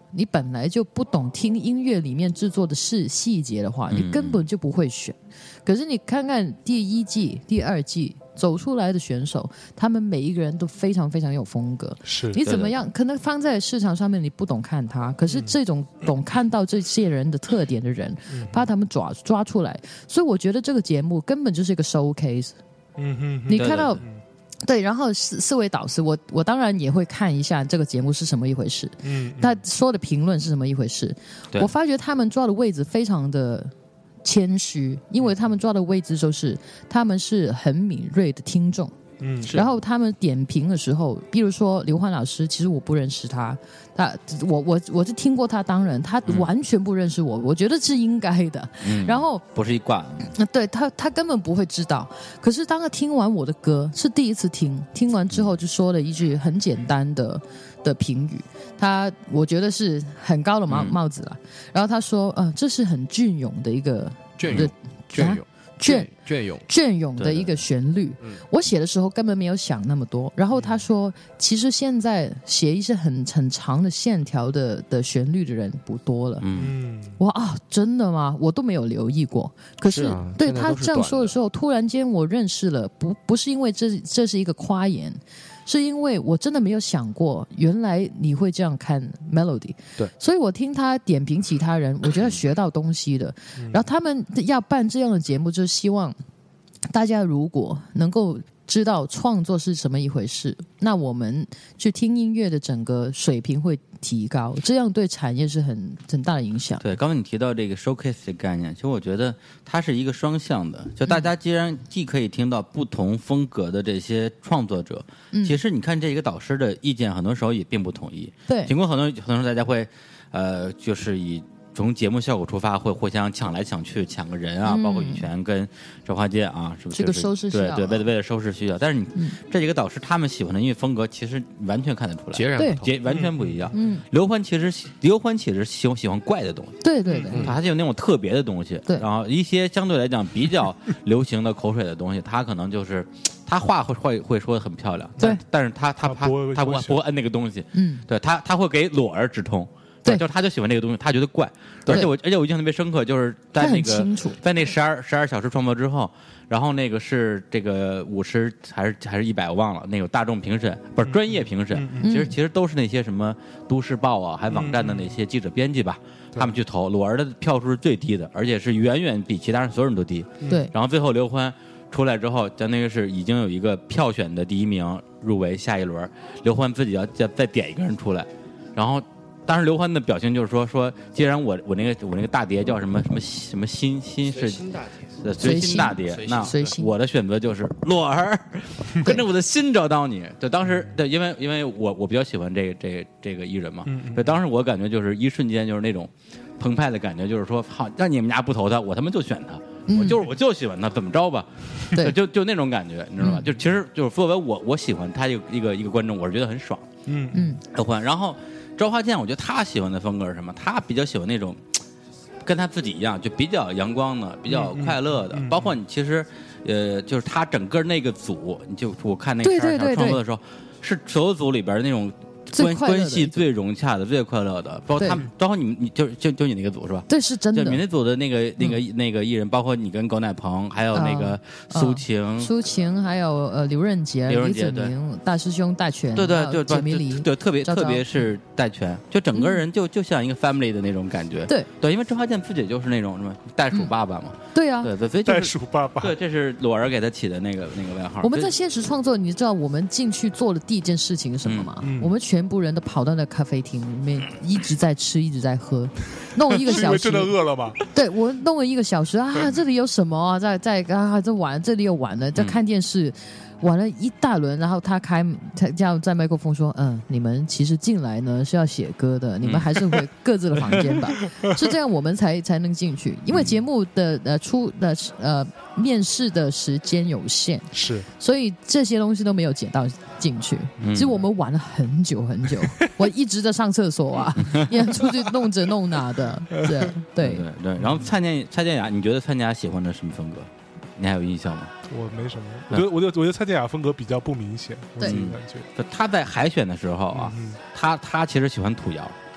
你本来就不懂听音乐里面制作的细细节的话，你根本就不会选。嗯、可是你看看第一季、第二季走出来的选手，他们每一个人都非常非常有风格。 是， 你怎么样？可能放在市场上面你不懂看他，可是这种懂看到这些人的特点的人，嗯、把他们抓抓出来。所以我觉得这个节目根本就是一个 showcase。嗯哼，你看到。对对对对，然后四四位导师，我我当然也会看一下这个节目是什么一回事，嗯，他说的评论是什么一回事。我发觉他们抓的位置非常的谦虚，因为他们抓的位置就是他们是很敏锐的听众。嗯，然后他们点评的时候，比如说刘欢老师，其实我不认识他，他我我我是听过他当人，他完全不认识我，嗯、我觉得是应该的。嗯、然后不是一挂， 对他他根本不会知道。可是当他听完我的歌，是第一次听，听完之后就说了一句很简单的的评语，他我觉得是很高的帽帽子了。嗯、然后他说，呃，这是很隽永的一个隽永隽永。隽隽永隽永的一个旋律，嗯、我写的时候根本没有想那么多。然后他说，其实现在写一些很很长的线条的的旋律的人不多了。嗯，哇啊，真的吗？我都没有留意过。可是，是啊、对他这样说的时候，突然间我认识了，不不是因为这这是一个夸言。是因为我真的没有想过，原来你会这样看 Melody， 对， 所以我听他点评其他人，我觉得学到东西的。嗯、然后他们要办这样的节目，就是希望大家如果能够知道创作是什么一回事，那我们去听音乐的整个水平会提高，这样对产业是很很大的影响。 对，刚才你提到这个 showcase 的概念，其实我觉得它是一个双向的，就大家既然既可以听到不同风格的这些创作者，嗯、其实你看这一个导师的意见，很多时候也并不统一。 对， 尽管很多很多时候大家会，呃，就是以。从节目效果出发，会互相抢来抢去，抢个人啊，嗯、包括羽泉跟周华健啊，是不是？ 这个收视需要， 对对，为了为了收视需要。但是你、嗯、这几个导师他们喜欢的音乐风格，其实完全看得出来， 截然不同， 截完全不一样。嗯，刘欢其实刘欢其实喜欢喜欢怪的东西， 对对对， 他就有那种特别的东西。 对， 然后一些相对来讲比较流行的口水的东西，他可能就是他话会会会说的很漂亮， 对， 但是他他他他不会不会摁那个东西，嗯，对他他会给裸儿直通。 对， 就是他就喜欢这个东西，他觉得怪，而且我而且我印象特别深刻，就是在那个在那十二十二小时创作之后，然后那个是这个五十还是还是一百我忘了，那个大众评审不是专业评审， 嗯、 其实其实都是那些什么都市报啊，还网站的那些记者编辑吧，嗯、他们去投，裸儿的票数是最低的，而且是远远比其他人所有人都低。 对， 然后最后刘欢出来之后，相当于是已经有一个票选的第一名入围下一轮，刘欢自己要再再点一个人出来，然后。当时刘欢的表情就是说说，既然我我那个我那个大碟叫什么什么什么新新是新大碟，随心大碟，那我的选择就是裸儿，跟着我的心找到你。对，当时对，因为因为我我比较喜欢这个这个这个艺人嘛，所以当时我感觉就是一瞬间就是那种澎湃的感觉，就是说好，让你们家不投他，我他妈就选他。我就是我就喜欢他，怎么着吧？ 对， 就就那种感觉，你知道吧？就其实就是作为我我喜欢他一个一个一个观众，我是觉得很爽。 嗯嗯， 刘欢，然后。周华健，我觉得他喜欢的风格是什么？他比较喜欢那种跟他自己一样，就比较阳光的、比较快乐的。嗯嗯、包括你其实，呃，就是他整个那个组，你就我看那个十二小创作的时候，是所有组里边那种关关系最融洽的、最快乐的。包括他们，包括你们，你就就就你那个组是吧？ 对，是真的。 就你那组的那个那个、嗯、那个艺人，包括你跟狗奶鹏，还有那个苏晴、 呃、苏晴，还有呃刘润杰、 刘李子明、大师兄戴荃， 对对，就简迷离， 对，特别特别是戴荃，就整个人就、嗯、就像一个 family 的那种感觉。 对对，因为周华健自己就是那种什么袋鼠爸爸嘛。 嗯、对啊， 对对，所以、就是、 袋鼠爸爸， 对，这是裸儿给他起的那个那个外号。 我们在现实创作，你知道我们进去做的第一件事情是什么吗？ 嗯嗯、 我们全部人都跑到那咖啡厅里面，一直在吃，一直在喝，弄一个小时。 真的饿了吗？ 对，我弄了一个小时啊，这里有什么啊？在在啊，这晚这里又晚了，在看电视。嗯玩了一大轮，然后他开他这样在麦克风说：“嗯，你们其实进来呢是要写歌的，你们还是回各自的房间吧。嗯”是这样，我们才才能进去，因为节目的呃出的呃面试的时间有限， 是，所以这些东西都没有捡到进去。其实我们玩了很久很久，我一直在上厕所啊，也出去弄着弄哪的，对对对对。然后蔡健蔡健雅，你觉得蔡健雅喜欢的什么风格？你还有印象吗？ 我没什么，我觉得我觉得我觉得蔡健雅风格比较不明显，我自己感觉。 他在海选的时候啊，嗯、他他其实喜欢土谣，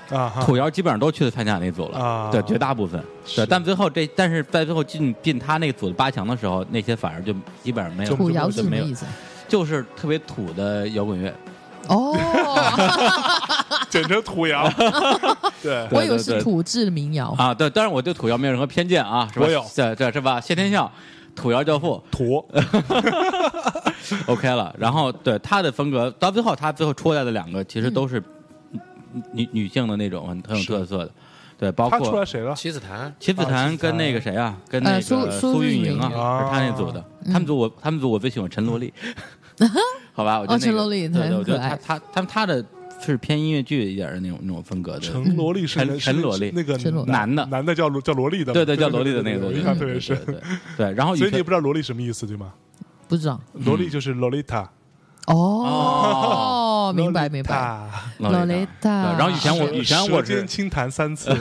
啊，土窑基本上都去的蔡健雅那组了，啊，对，绝大部分，对，但最后这，但是在最后进进他那个组的八强的时候，那些反而就基本上没有。 土窑是什么意思？ 就是特别土的摇滚乐。 哦， 简称土窑。对， 我以为是土制民谣啊。对，当然我对土窑没有任何偏见啊，是吧？ 我有， 对对是吧？谢天笑，土窑教父， 土。 OK 了，然后对他的风格，到最后他最后出来的两个其实都是女女性的那种很很有特色的。对，包括他出来谁了？ 棋子坛， 棋子坛跟那个谁啊，跟那个苏运莹啊，是他那组的。他们组我，他们组我最喜欢陈萝莉。好吧，我觉得陈萝莉对，我觉得他他他他的是偏音乐剧一点的那种那种风格的。 陈萝莉是陈陈萝莉， 那个男的男的叫叫萝莉的， 对对，叫萝莉的那个， 我印象特别深。 对，然后所以你也不知道萝莉什么意思对吗？ 不知道， 萝莉就是洛丽塔。 哦，明白明白，洛丽塔。 然后以前我以前我是轻弹三次。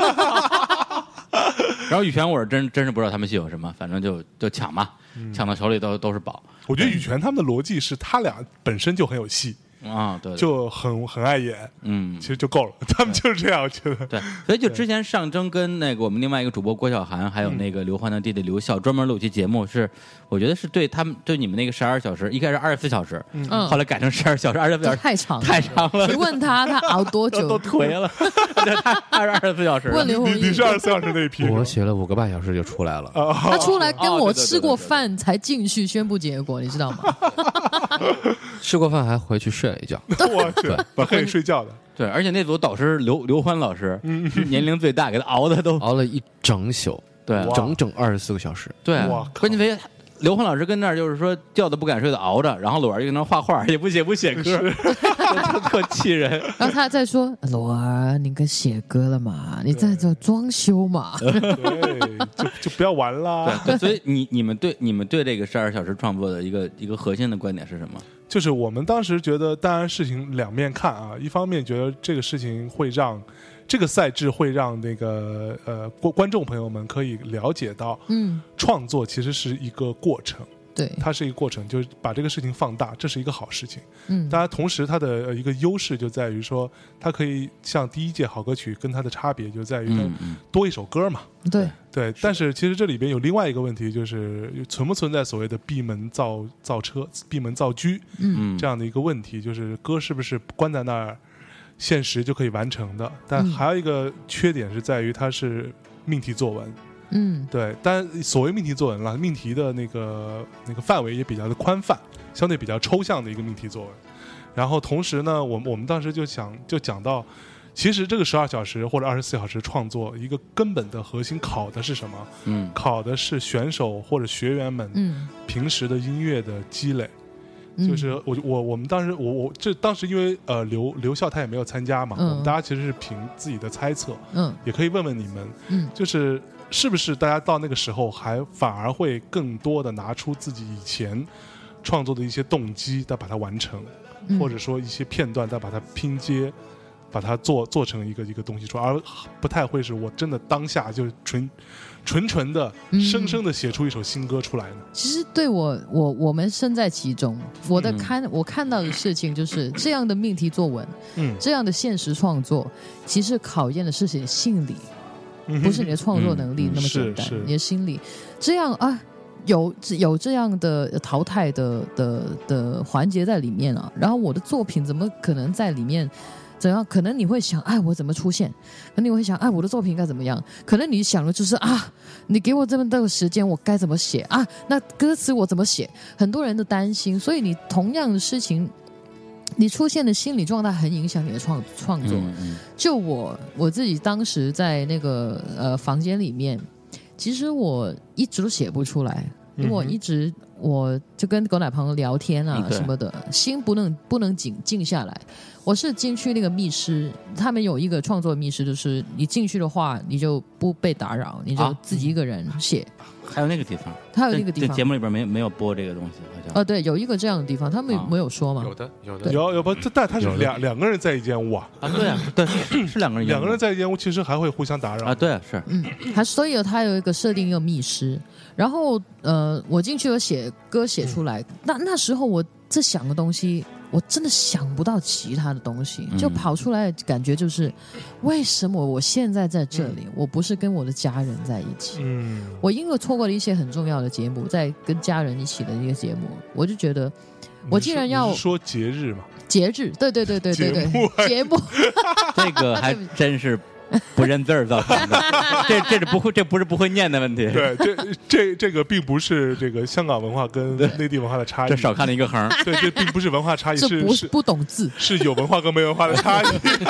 然后羽泉我是真真是不知道他们喜欢什么，反正就就抢嘛，嗯、抢到手里都都是宝。 我觉得羽泉他们的逻辑是他俩本身就很有戏啊，对， 就很很爱演， 嗯， 其实就够了，他们就是这样，我觉得。 对，所以就之前上征跟那个我们另外一个主播郭晓涵，还有那个刘欢的弟弟刘笑，专门录期节目是，我觉得是对他们对你们那个十二小时，一开始二十四小时，嗯，后来改成十二小时，二十四小时太长太长了。 你问他他熬多久？ 都颓了，他他是二十四小时。 问刘宏毅， 你是二十四小时那一批， 我写了五个半小时就出来了。 他出来跟我吃过饭才进去宣布结果，你知道吗？ 吃过饭还回去睡了一觉。 我去，不可以睡觉的。 对，而且那组导师刘刘欢老师，嗯、年龄最大，给他熬的都熬了一整宿， 对， 整整二十四个小时。 对，关键为刘欢老师跟那儿就是说觉得不敢睡的熬着，然后裸儿就跟那画画，也不写不写歌，特气人。 然后他再说：“裸儿，你该写歌了嘛？你在这装修嘛？ 对，就就不要玩啦。” 对，所以你你们对你们对这个十二小时创作的一个一个核心的观点是什么？ 就是我们当时觉得，当然事情两面看啊，一方面觉得这个事情会让这个赛制会让那个呃观观众朋友们可以了解到，嗯，创作其实是一个过程， 对， 它是一个过程，就是把这个事情放大，这是一个好事情。嗯，当然同时它的一个优势就在于说，它可以像第一届好歌曲跟它的差别就在于它多一首歌嘛， 嗯、对。 对，但是其实这里边有另外一个问题，就是存不存在所谓的闭门造造车、闭门造车，嗯，这样的一个问题，就是歌是不是关在那儿，现实就可以完成的？但还有一个缺点是在于它是命题作文，嗯，对。但所谓命题作文了，命题的那个那个范围也比较的宽泛，相对比较抽象的一个命题作文。然后同时呢，我们我们当时就想就讲到。其实这个十二小时或者二十四小时创作一个根本的核心考的是什么？嗯，考的是选手或者学员们平时的音乐的积累。嗯、就是我我我们当时我我这当时因为呃刘刘笑他也没有参加嘛，嗯、我们大家其实是凭自己的猜测，嗯，也可以问问你们，嗯，就是是不是大家到那个时候还反而会更多的拿出自己以前创作的一些动机，再把它完成，嗯、或者说一些片段再把它拼接。把它做做成一个一个东西出来，而不太会是我真的当下就纯纯纯的生生的写出一首新歌出来呢。 其实对我我我们身在其中，我的看、嗯、我看到的事情就是这样的命题作文，嗯，这样的现实创作，其实考验的是你的心理，嗯、不是你的创作能力那么简单，嗯、你的心理。这样啊，有有这样的淘汰的的的环节在里面啊，然后我的作品怎么可能在里面？怎样？可能你会想，哎，我怎么出现？可能你会想，哎，我的作品应该怎么样？可能你想的就是啊，你给我这么多时间，我该怎么写啊？那歌词我怎么写？很多人都担心，所以你同样的事情，你出现的心理状态很影响你的创创作。嗯嗯就我我自己当时在那个呃房间里面，其实我一直都写不出来，因为我一直我就跟狗奶朋友聊天啊什么的，心不能不能静静下来。我是进去那个密室，他们有一个创作密室，就是你进去的话，你就不被打扰，你就自己一个人写。啊、 还有那个地方， 还有那个地方， 节目里边没没有播这个东西，好像。 哦，对，有一个这样的地方，他们没有说吗？ 有的，有的， 有有不？但他是两两个人在一间屋啊。 啊，对啊，对，是两个人。 两个人在一间屋，其实还会互相打扰啊。对啊，是。 嗯，还所以他有一个设定一个密室，然后呃，我进去有写歌写出来，嗯、那那时候我在想的东西。 我真的想不到其他的东西，就跑出来的感觉就是，为什么我现在在这里，我不是跟我的家人在一起？嗯，我因为错过了一些很重要的节目，在跟家人一起的一个节目，我就觉得，我既然要说节日嘛， 节日，对对对对对对，节目， 这个还真是。不认字儿造成的，这这是不会，这不是不会念的问题。 对，这这这个并不是这个香港文化跟内地文化的差异， 这少看了一个横。 对，这并不是文化差异， 是不是不懂字， 是有文化跟没文化的差异。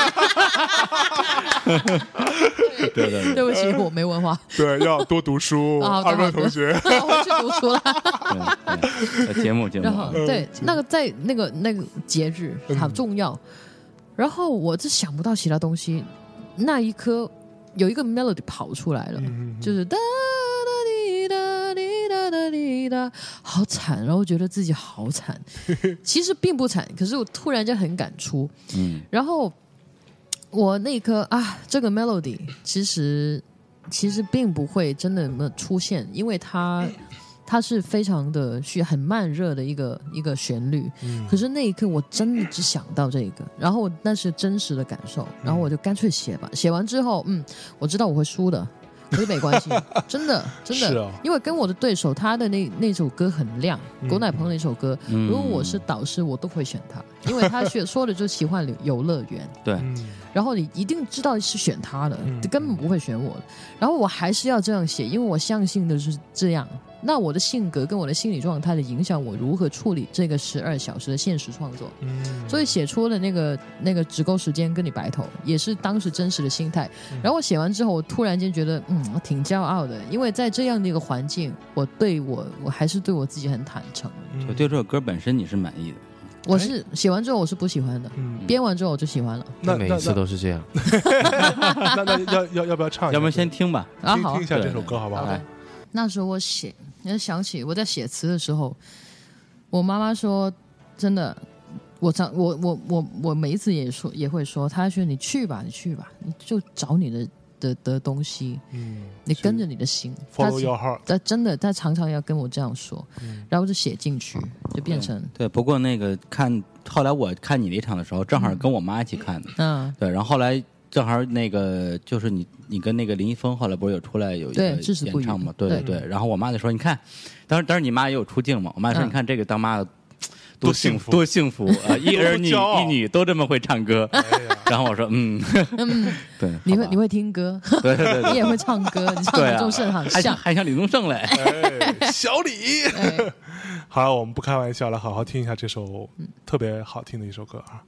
对对对， 对不起，我没文化。 对，要多读书，二位同学， 我去读书了。 对对节目节目， 然后对那个在那个那个节日好重要。然后我就想不到其他东西，那一刻有一个 melody 跑出来了，嗯、就是哒哒滴哒滴哒哒滴哒，好惨，然后觉得自己好惨，其实并不惨，可是我突然间很感触，嗯，然后我那一刻啊，这个 melody 其实其实并不会真的出现，因为它。它是非常的需很慢热的一个一个旋律、嗯，可是那一刻我真的只想到这个，然后那是真实的感受，然后我就干脆写吧。写完之后，嗯，我知道我会输的，可是没关系，真的真的，是哦、因为跟我的对手他的那那首歌很亮，嗯、狗奶棚那首歌、嗯，如果我是导师，我都会选他，因为他选说的就是奇幻游乐园， 对。 然后你一定知道是选他的，嗯、根本不会选我的。然后我还是要这样写，因为我相信的是这样。那我的性格跟我的心理状态的影响，我如何处理这个十二小时的现实创作？嗯，所以写出了那个那个只够时间跟你白头，也是当时真实的心态。嗯、然后我写完之后，我突然间觉得，嗯，我挺骄傲的，因为在这样的一个环境，我对我我还是对我自己很坦诚。 嗯、对这首歌本身你是满意的。 我是写完之后我是不喜欢的，嗯、编完之后我就喜欢了。 那每一次都是这样。 那那要要要不要唱一下？ 要不然先听吧， 啊、好听一下这首歌好不好？ 好那时候我写，你想起我在写词的时候，我妈妈说，真的，我常我我我我每一次也说也会说，她说你去吧，你去吧，你就找你的的的东西，嗯，你跟着你的心 ，follow your heart。 她真的，她常常要跟我这样说，嗯、然后就写进去，就变成对。不过那个看后来我看你那场的时候，正好跟我妈一起看的，嗯，对，然后后来。正好那个就是你，你跟那个林一峰后来不是有出来有一个演唱嘛？对对 对, 对。然后我妈就说：“你看，当时当时你妈也有出镜嘛。”我妈说：“你看这个当妈的多幸福，多幸福啊！一儿女一女都这么会唱歌。哎”然后我说：“嗯嗯，对， 你会你会听歌， 对对 对, 对， 你也会唱歌，你唱李宗盛好像， 还像李宗盛嘞。 哎”小李，哎、好了，我们不开玩笑了，好好听一下这首特别好听的一首歌啊。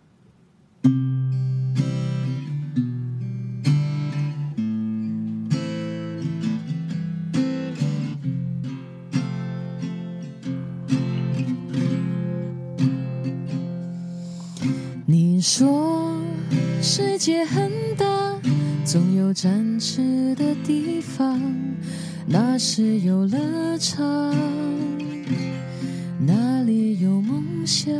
你说世界很大，总有展翅的地方，那是游乐场，那里有梦想。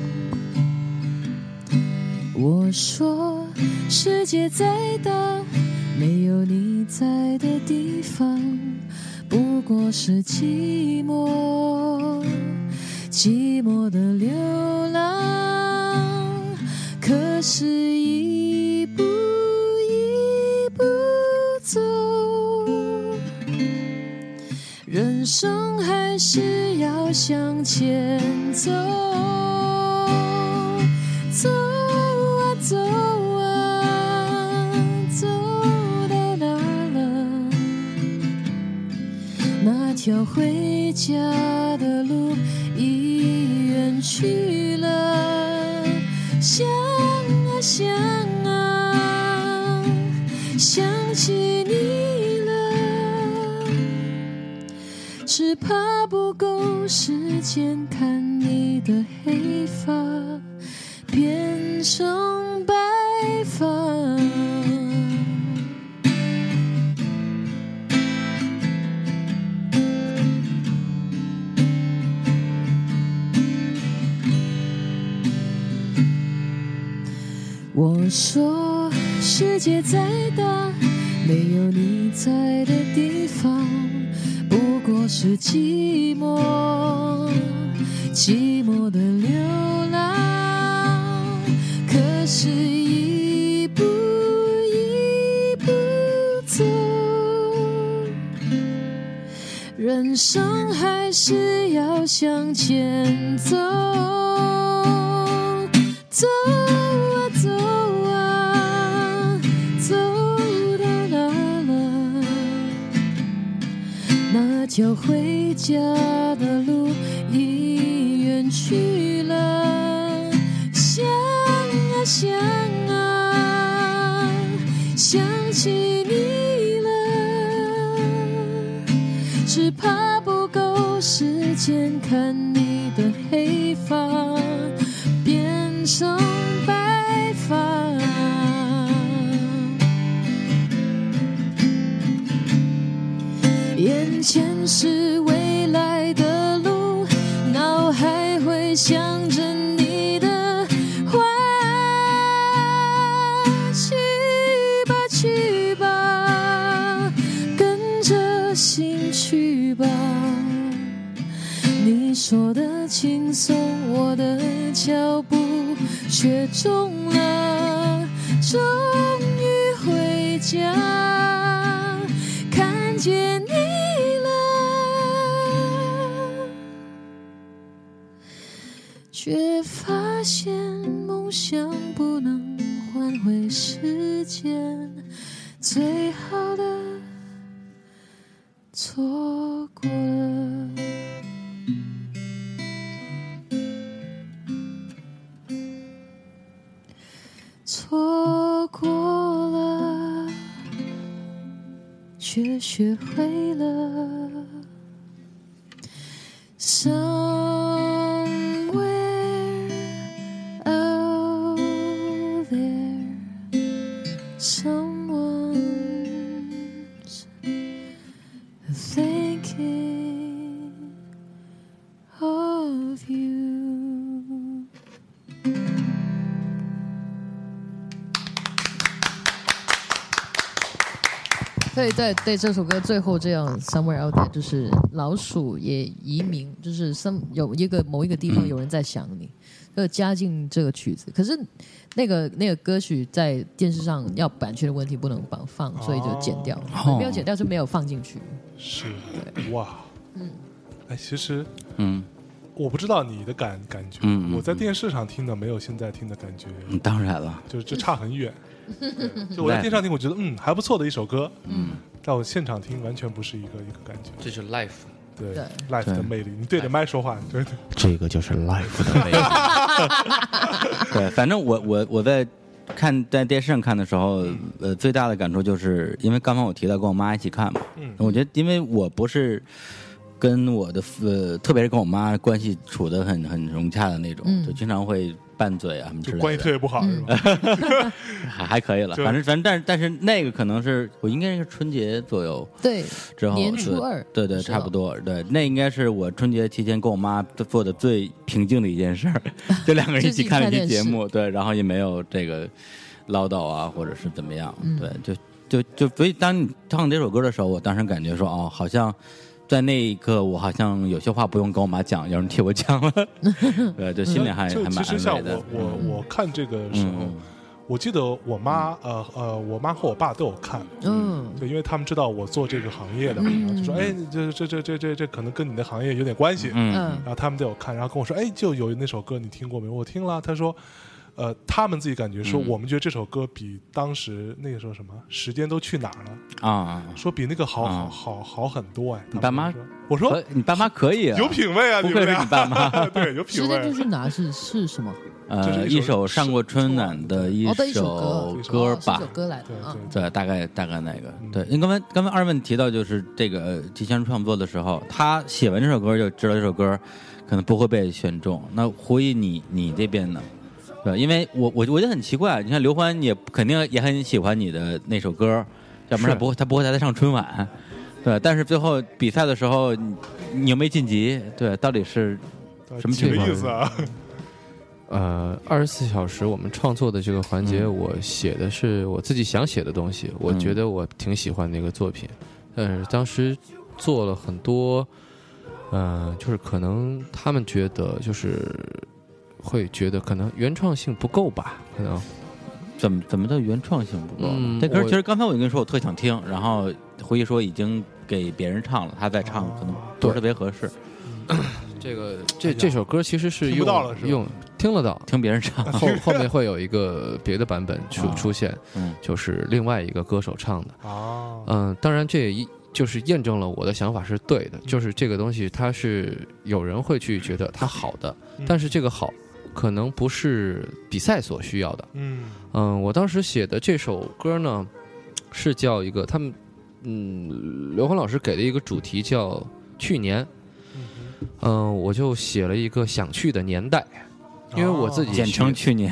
我说世界再大，没有你在的地方，不过是寂寞，寂寞的流浪。可是一步一步走，人生还是要向前走，走啊走啊，走到哪了？那条回家的路已远去了，想啊想啊，想起你了，只怕不够时间看你的黑发变成白发。我说世界再大，没有你在的地方，不过是寂寞，寂寞的流浪。 是一步一步走，人生还是要向前走，走啊走啊，走到哪了？那条回家的路已远去了，想啊想啊，想起你了，只怕不够时间看你的黑发变成白发，眼前是未来的路，脑海会想着你的话，去吧去吧，跟着心去吧，你说的轻松，我的脚步却重了，终于回家，看见你了，却发现梦想不能换回时间，最好的错过了。错过了，却学会了 somewhere out there someone's thinking of you。对对对，这首歌最后这样 somewhere out there 就是老鼠也移民，就是 some 有一个某一个地方有人在想你，就加进这个曲子。可是那个那个歌曲在电视上要版权的问题不能放放，所以就剪掉了， 哦、 没有剪掉就没有放进去。 是，哇，嗯，哎，其实， 嗯。 我不知道你的感感觉， 嗯嗯、 我在电视上听的没有现在听的感觉， 嗯、当然了， 就就差很远。就我在电视上听，我觉得嗯还不错的一首歌，嗯，但我现场听完全不是一个一个感觉。 这是 life， 对 life 的魅力。你对着麦说话，对对， 这个就是 life 的魅力。对，反正我我我在看在电视上看的时候，呃，最大的感触就是因为刚刚我提到跟我妈一起看嘛，嗯，我觉得因为我不是。跟我的呃，特别是跟我妈关系处得很很融洽的那种，嗯、就经常会拌嘴啊什么之类的。 关系特别不好是吧？ 还还可以了，反正反正但是但是那个可能是我应该是春节左右， 对， 之后年初二， 对对，差不多，对，那应该是我春节期间跟我妈做的最平静的一件事儿，就两个人一起看了一期节目，对，然后也没有这个唠叨啊，或者是怎么样，嗯、对，就就就所以当你唱这首歌的时候，我当时感觉说哦，好像。在那一刻，我好像有些话不用跟我妈讲，有人替我讲了，对，就心里还、嗯、还蛮安慰的。 其实像我我我看这个时候，嗯、我记得我妈呃呃，我妈和我爸都有看，嗯，对，因为他们知道我做这个行业的，嗯、然后就说哎，这这这这这这可能跟你的行业有点关系，嗯，然后他们都有看，然后跟我说，哎，就有那首歌你听过没有？我听了，他说。呃，他们自己感觉说，我们觉得这首歌比当时那个时候什么时间都去哪儿了啊？说比那个好好好好很多哎。 你爸妈？ 我说你爸妈可以啊， 有品位啊， 不愧是你爸妈。 对，有品位。 时间就去哪是是什么？ 呃，一首上过春晚的一首歌吧， 歌来的啊。 对，大概大概那个。对，因为刚才刚才二问提到就是这个提前创作的时候，他写完这首歌就知道这首歌可能不会被选中。那胡一你你这边呢？对，因为我我我觉得很奇怪，你看刘欢也肯定也很喜欢你的那首歌，要不然他不会他不会再上春晚，对。但是最后比赛的时候，你你有没有晋级？对，到底是什么情况？ 意思啊？ 呃，二十四小时我们创作的这个环节，嗯、我写的是我自己想写的东西，我觉得我挺喜欢那个作品，但是当时做了很多，嗯、呃，就是可能他们觉得就是。会觉得可能原创性不够吧，可能怎么怎么的原创性不够？ 嗯、 这歌其实刚才我就跟你说，我特想听，然后回忆说已经给别人唱了，他再唱可能不是特别合适。 这个这这首歌其实是用到了是用听得到， 听别人唱， 后后面会有一个别的版本出、啊、出现， 嗯， 就是另外一个歌手唱的。 哦， 嗯，当然这一就是验证了我的想法是对的，就是这个东西它是有人会去觉得它好的， 嗯、 但是这个好可能不是比赛所需要的。 嗯嗯，我当时写的这首歌呢，是叫一个他们嗯刘欢老师给的一个主题叫去年。嗯，我就写了一个想去的年代，因为我自己简称去年。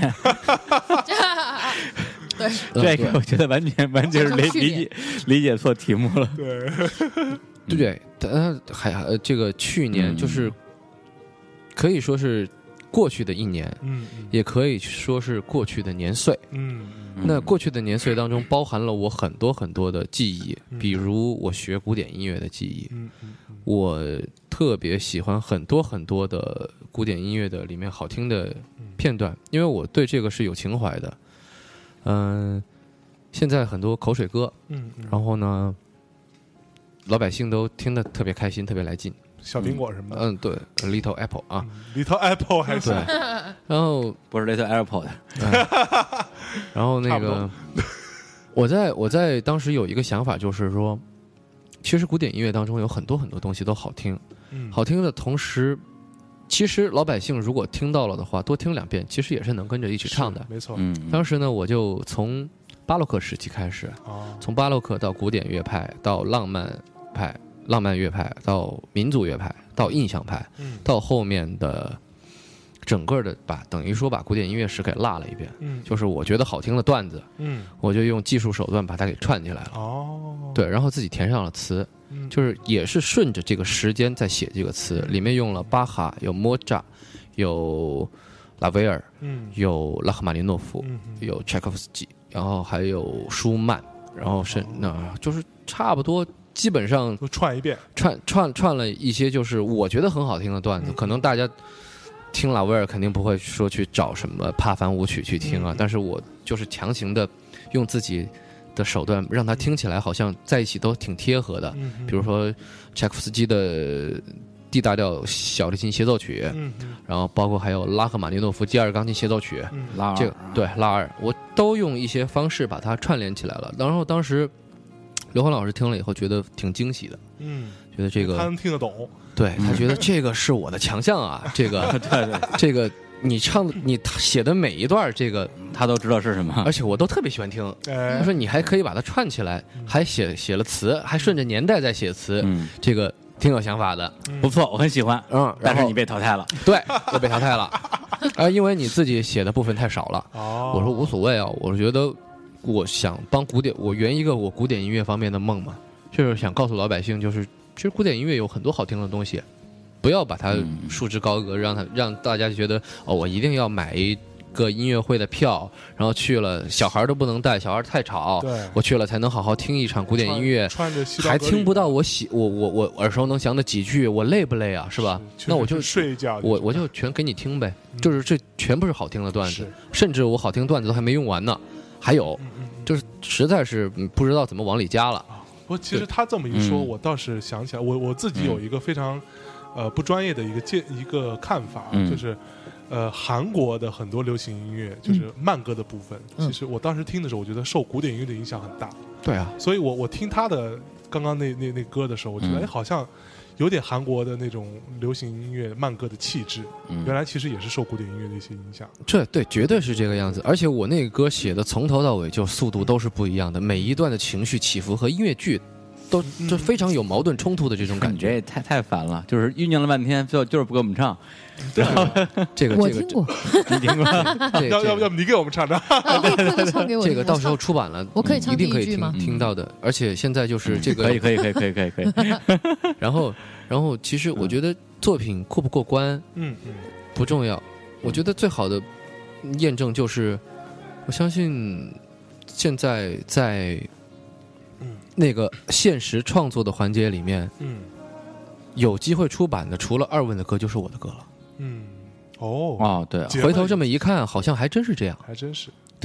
对， 这个我觉得完全完全是理理解理解错题目了。 对， 对对，呃，还呃，这个去年就是可以说是过去的一年， 嗯， 也可以说是过去的年岁， 嗯， 那过去的年岁当中包含了我很多很多的记忆，比如我学古典音乐的记忆， 嗯嗯， 我特别喜欢很多很多的古典音乐的里面好听的片段，因为我对这个是有情怀的。嗯，现在很多口水歌， 嗯， 然后呢，老百姓都听得特别开心，特别来劲。 小苹果什么的， 嗯，对 ，Little Apple 啊、 嗯、，Little Apple 还是， 然后不是 Little Apple 的， 嗯、然后那个，我在我在当时有一个想法，就是说，其实古典音乐当中有很多很多东西都好听， 嗯， 好听的同时，其实老百姓如果听到了的话，多听两遍，其实也是能跟着一起唱的， 没错。 嗯， 当时呢，我就从巴洛克时期开始， 哦、 从巴洛克到古典乐派，到浪漫派。浪漫乐派到民族乐派到印象派、 嗯、 到后面的整个的把等于说把古典音乐史给落了一遍、 嗯、 就是我觉得好听的段子、 嗯、 我就用技术手段把它给串起来了、 哦、 对，然后自己填上了词、 嗯、 就是也是顺着这个时间在写这个词、嗯、里面用了巴哈，有莫扎，有拉威尔、嗯、有拉赫玛尼诺夫、嗯、有柴可夫斯基，然后还有舒曼，然后是、哦、那就是差不多基本上都串一遍， 串串串了一些就是我觉得很好听的段子、嗯、可能大家听拉威尔肯定不会说去找什么帕凡舞曲去听啊、嗯、但是我就是强行的用自己的手段让它听起来好像在一起都挺贴合的、嗯、比如说柴可夫斯基的 D 大调小提琴协奏曲、嗯、然后包括还有拉赫玛尼诺夫第二钢琴协奏曲、 嗯、拉二、 这个对拉二，我都用一些方式把它串联起来了，然后当时刘欢老师听了以后觉得挺惊喜的， 嗯， 觉得这个他能听得懂， 对他觉得这个是我的强项啊，这个对对， 这个你唱的你写的每一段这个他都知道是什么， 而且我都特别喜欢听。 哎、 他说你还可以把它串起来，嗯、还写写了词，还顺着年代在写词， 嗯， 这个挺有想法的， 嗯、 不错，我很喜欢， 嗯， 但是你被淘汰了， 对，我被淘汰了，啊，因为你自己写的部分太少了。 哦， 我说无所谓啊，我觉得我想帮古典，我圆一个我古典音乐方面的梦嘛。就是想告诉老百姓，就是其实古典音乐有很多好听的东西，不要把它束之高阁，让它让大家觉得哦，我一定要买一个音乐会的票，然后去了小孩都不能带，小孩太吵，我去了才能好好听一场古典音乐， 穿着西还听不到我喜我我我耳熟能详的几句，我累不累啊？是吧？ 是那我就睡一觉， 我我就全给你听呗，嗯、就是这全部是好听的段子，甚至我好听段子都还没用完呢，还有、嗯、就是实在是不知道怎么往里加了。 不过其实他这么一说，我倒是想起来，我我自己有一个非常，呃，不专业的一个见一个看法， 嗯、 就是，呃，韩国的很多流行音乐，就是慢歌的部分， 嗯、 其实我当时听的时候，我觉得受古典音乐的影响很大。 对啊， 所以我我听他的刚刚那那那歌的时候，我觉得哎、嗯，好像有点韩国的那种流行音乐慢歌的气质， 嗯、 原来其实也是受古典音乐的一些影响。 这对，绝对是这个样子。而且我那个歌写的从头到尾就速度都是不一样的，每一段的情绪起伏和音乐剧。都就非常有矛盾冲突的这种感觉， 也太太烦了，就是酝酿了半天，最后就是不给我们唱。 对， 这个我听过， 你听过？ 要要不要不你给我们唱唱？ 唱给我。 这个到时候出版了， 我可以唱一定可以听听到的。而且现在就是这个可以可以可以可以可以可以。 然后然后其实我觉得作品过不过关， 嗯嗯， 不重要。我觉得最好的验证就是，我相信现在在。那个现实创作的环节里面， 嗯， 有机会出版的，除了二问的歌，就是我的歌了。 嗯，哦哦，对啊， 回头这么一看，好像还真是这样， 还真是。 对啊，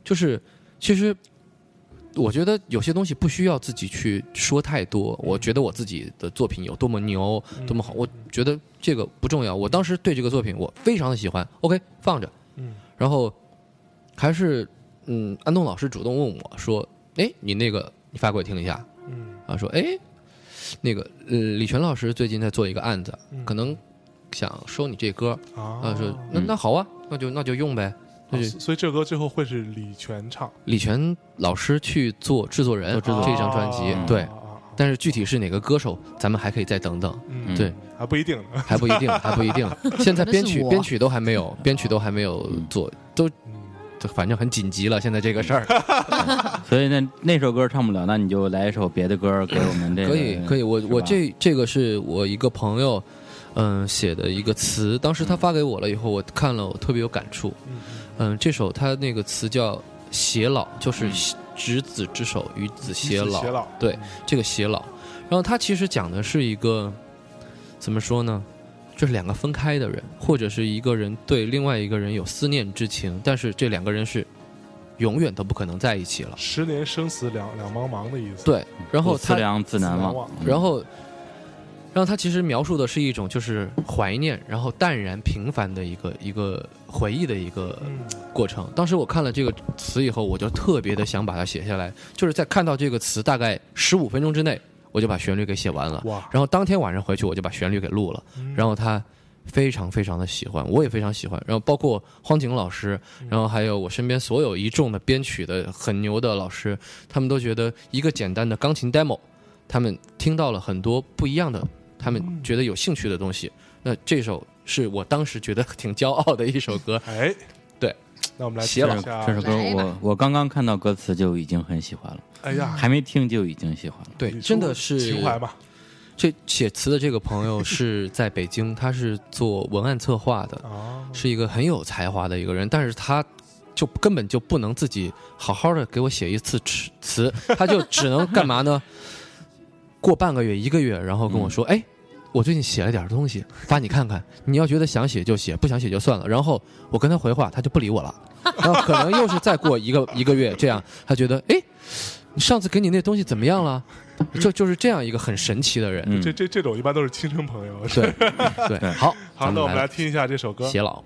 就是其实我觉得有些东西不需要自己去说太多。我觉得我自己的作品有多么牛，多么好，我觉得这个不重要。我当时对这个作品我非常的喜欢 ，OK 放着，嗯，然后还是嗯，安东老师主动问我说：“哎，你那个你发给我听一下。”嗯，啊说：“哎，那个呃，李泉老师最近在做一个案子，嗯、可能想收你这歌啊。”说：“那那好啊，那就那就用呗。” 哦、所以这歌最后会是李泉唱， 李泉老师去做制作人，做制作这张专辑，哦、对。但是具体是哪个歌手，咱们还可以再等等。嗯、对， 还不一定， 还不一定，还不一定。现在编曲编曲都还没有，编曲都还没有做，都。反正很紧急了，现在这个事儿， 所以那那首歌唱不了，那你就来一首别的歌给我们这个。 可以，可以，我我这这个是我一个朋友，嗯写的一个词，当时他发给我了以后，我看了，我特别有感触。嗯，这首他那个词叫“偕老”，就是执子之手，与子偕老。 老对，这个偕老。然后他其实讲的是一个怎么说呢？就是两个分开的人，或者是一个人对另外一个人有思念之情，但是这两个人是永远都不可能在一起了。 十年生死两两茫茫的意思。 对，然后他思量自难忘， 然后，然后他其实描述的是一种就是怀念，然后淡然平凡的一个一个回忆的一个过程。当时我看了这个词以后，我就特别的想把它写下来，就是在看到这个词大概十五分钟之内。我就把旋律给写完了，然后当天晚上回去我就把旋律给录了，嗯、然后他非常非常的喜欢，我也非常喜欢，然后包括荒井老师，然后还有我身边所有一众的编曲的很牛的老师，他们都觉得一个简单的钢琴 demo， 他们听到了很多不一样的，他们觉得有兴趣的东西。那这首是我当时觉得挺骄傲的一首歌， 哎， 对， 那我们来听一下这首歌我，我我刚刚看到歌词就已经很喜欢了。 哎呀， 还没听就已经喜欢了。 对，真的是情怀吧。 这写词的这个朋友是在北京，他是做文案策划的，哦、是一个很有才华的一个人，但是他就根本就不能自己好好的给我写一次词，他就只能干嘛呢？过半个月、一个月，然后跟我说：“嗯、哎，我最近写了点东西，发你看看。你要觉得想写就写，不想写就算了。”然后我跟他回话，他就不理我了。然后可能又是再过一个一个月，这样他觉得：“哎。”你上次给你那东西怎么样了？就就是这样一个很神奇的人。 嗯、这这这种一般都是亲生朋友。 对对，好， 好，那我们来听一下这首歌《 偕老》。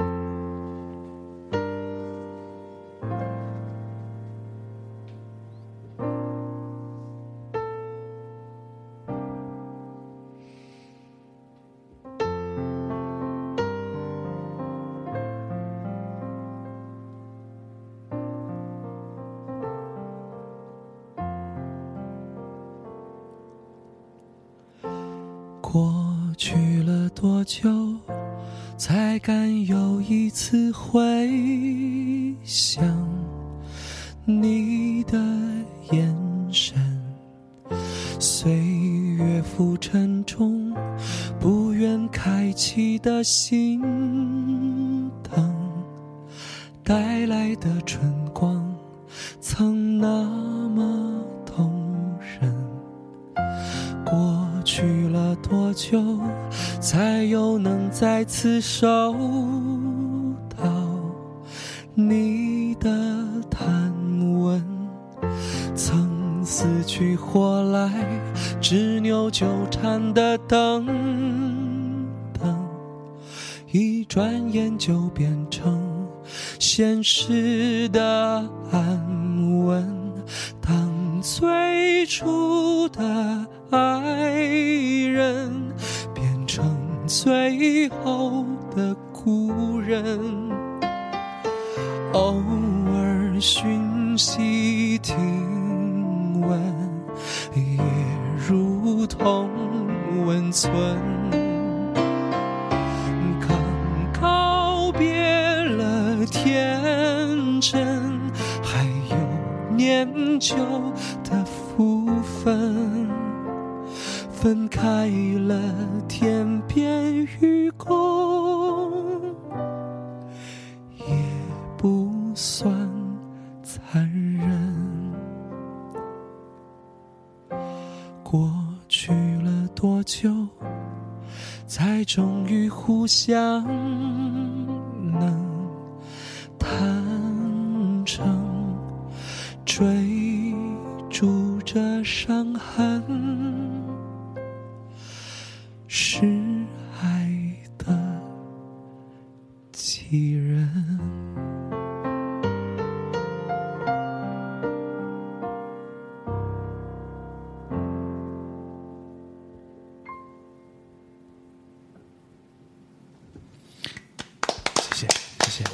过去了多久，才敢有一次回想你的眼神？岁月浮沉中，不愿开启的心灯，带来的春光，曾那么动人。过去了多久，才有能再次收到你的探问？曾死去活来，执拗纠缠的等等，一转眼就变成现实的安稳。当最初的爱人变成最后的故人，偶尔讯息听闻，也如同温存。刚告别了天真，还有念旧的福分，分开了天边与共，也不算残忍。过去了多久，才终于互相能坦诚？ 追逐着伤痕，是爱的欺人。 谢谢谢谢。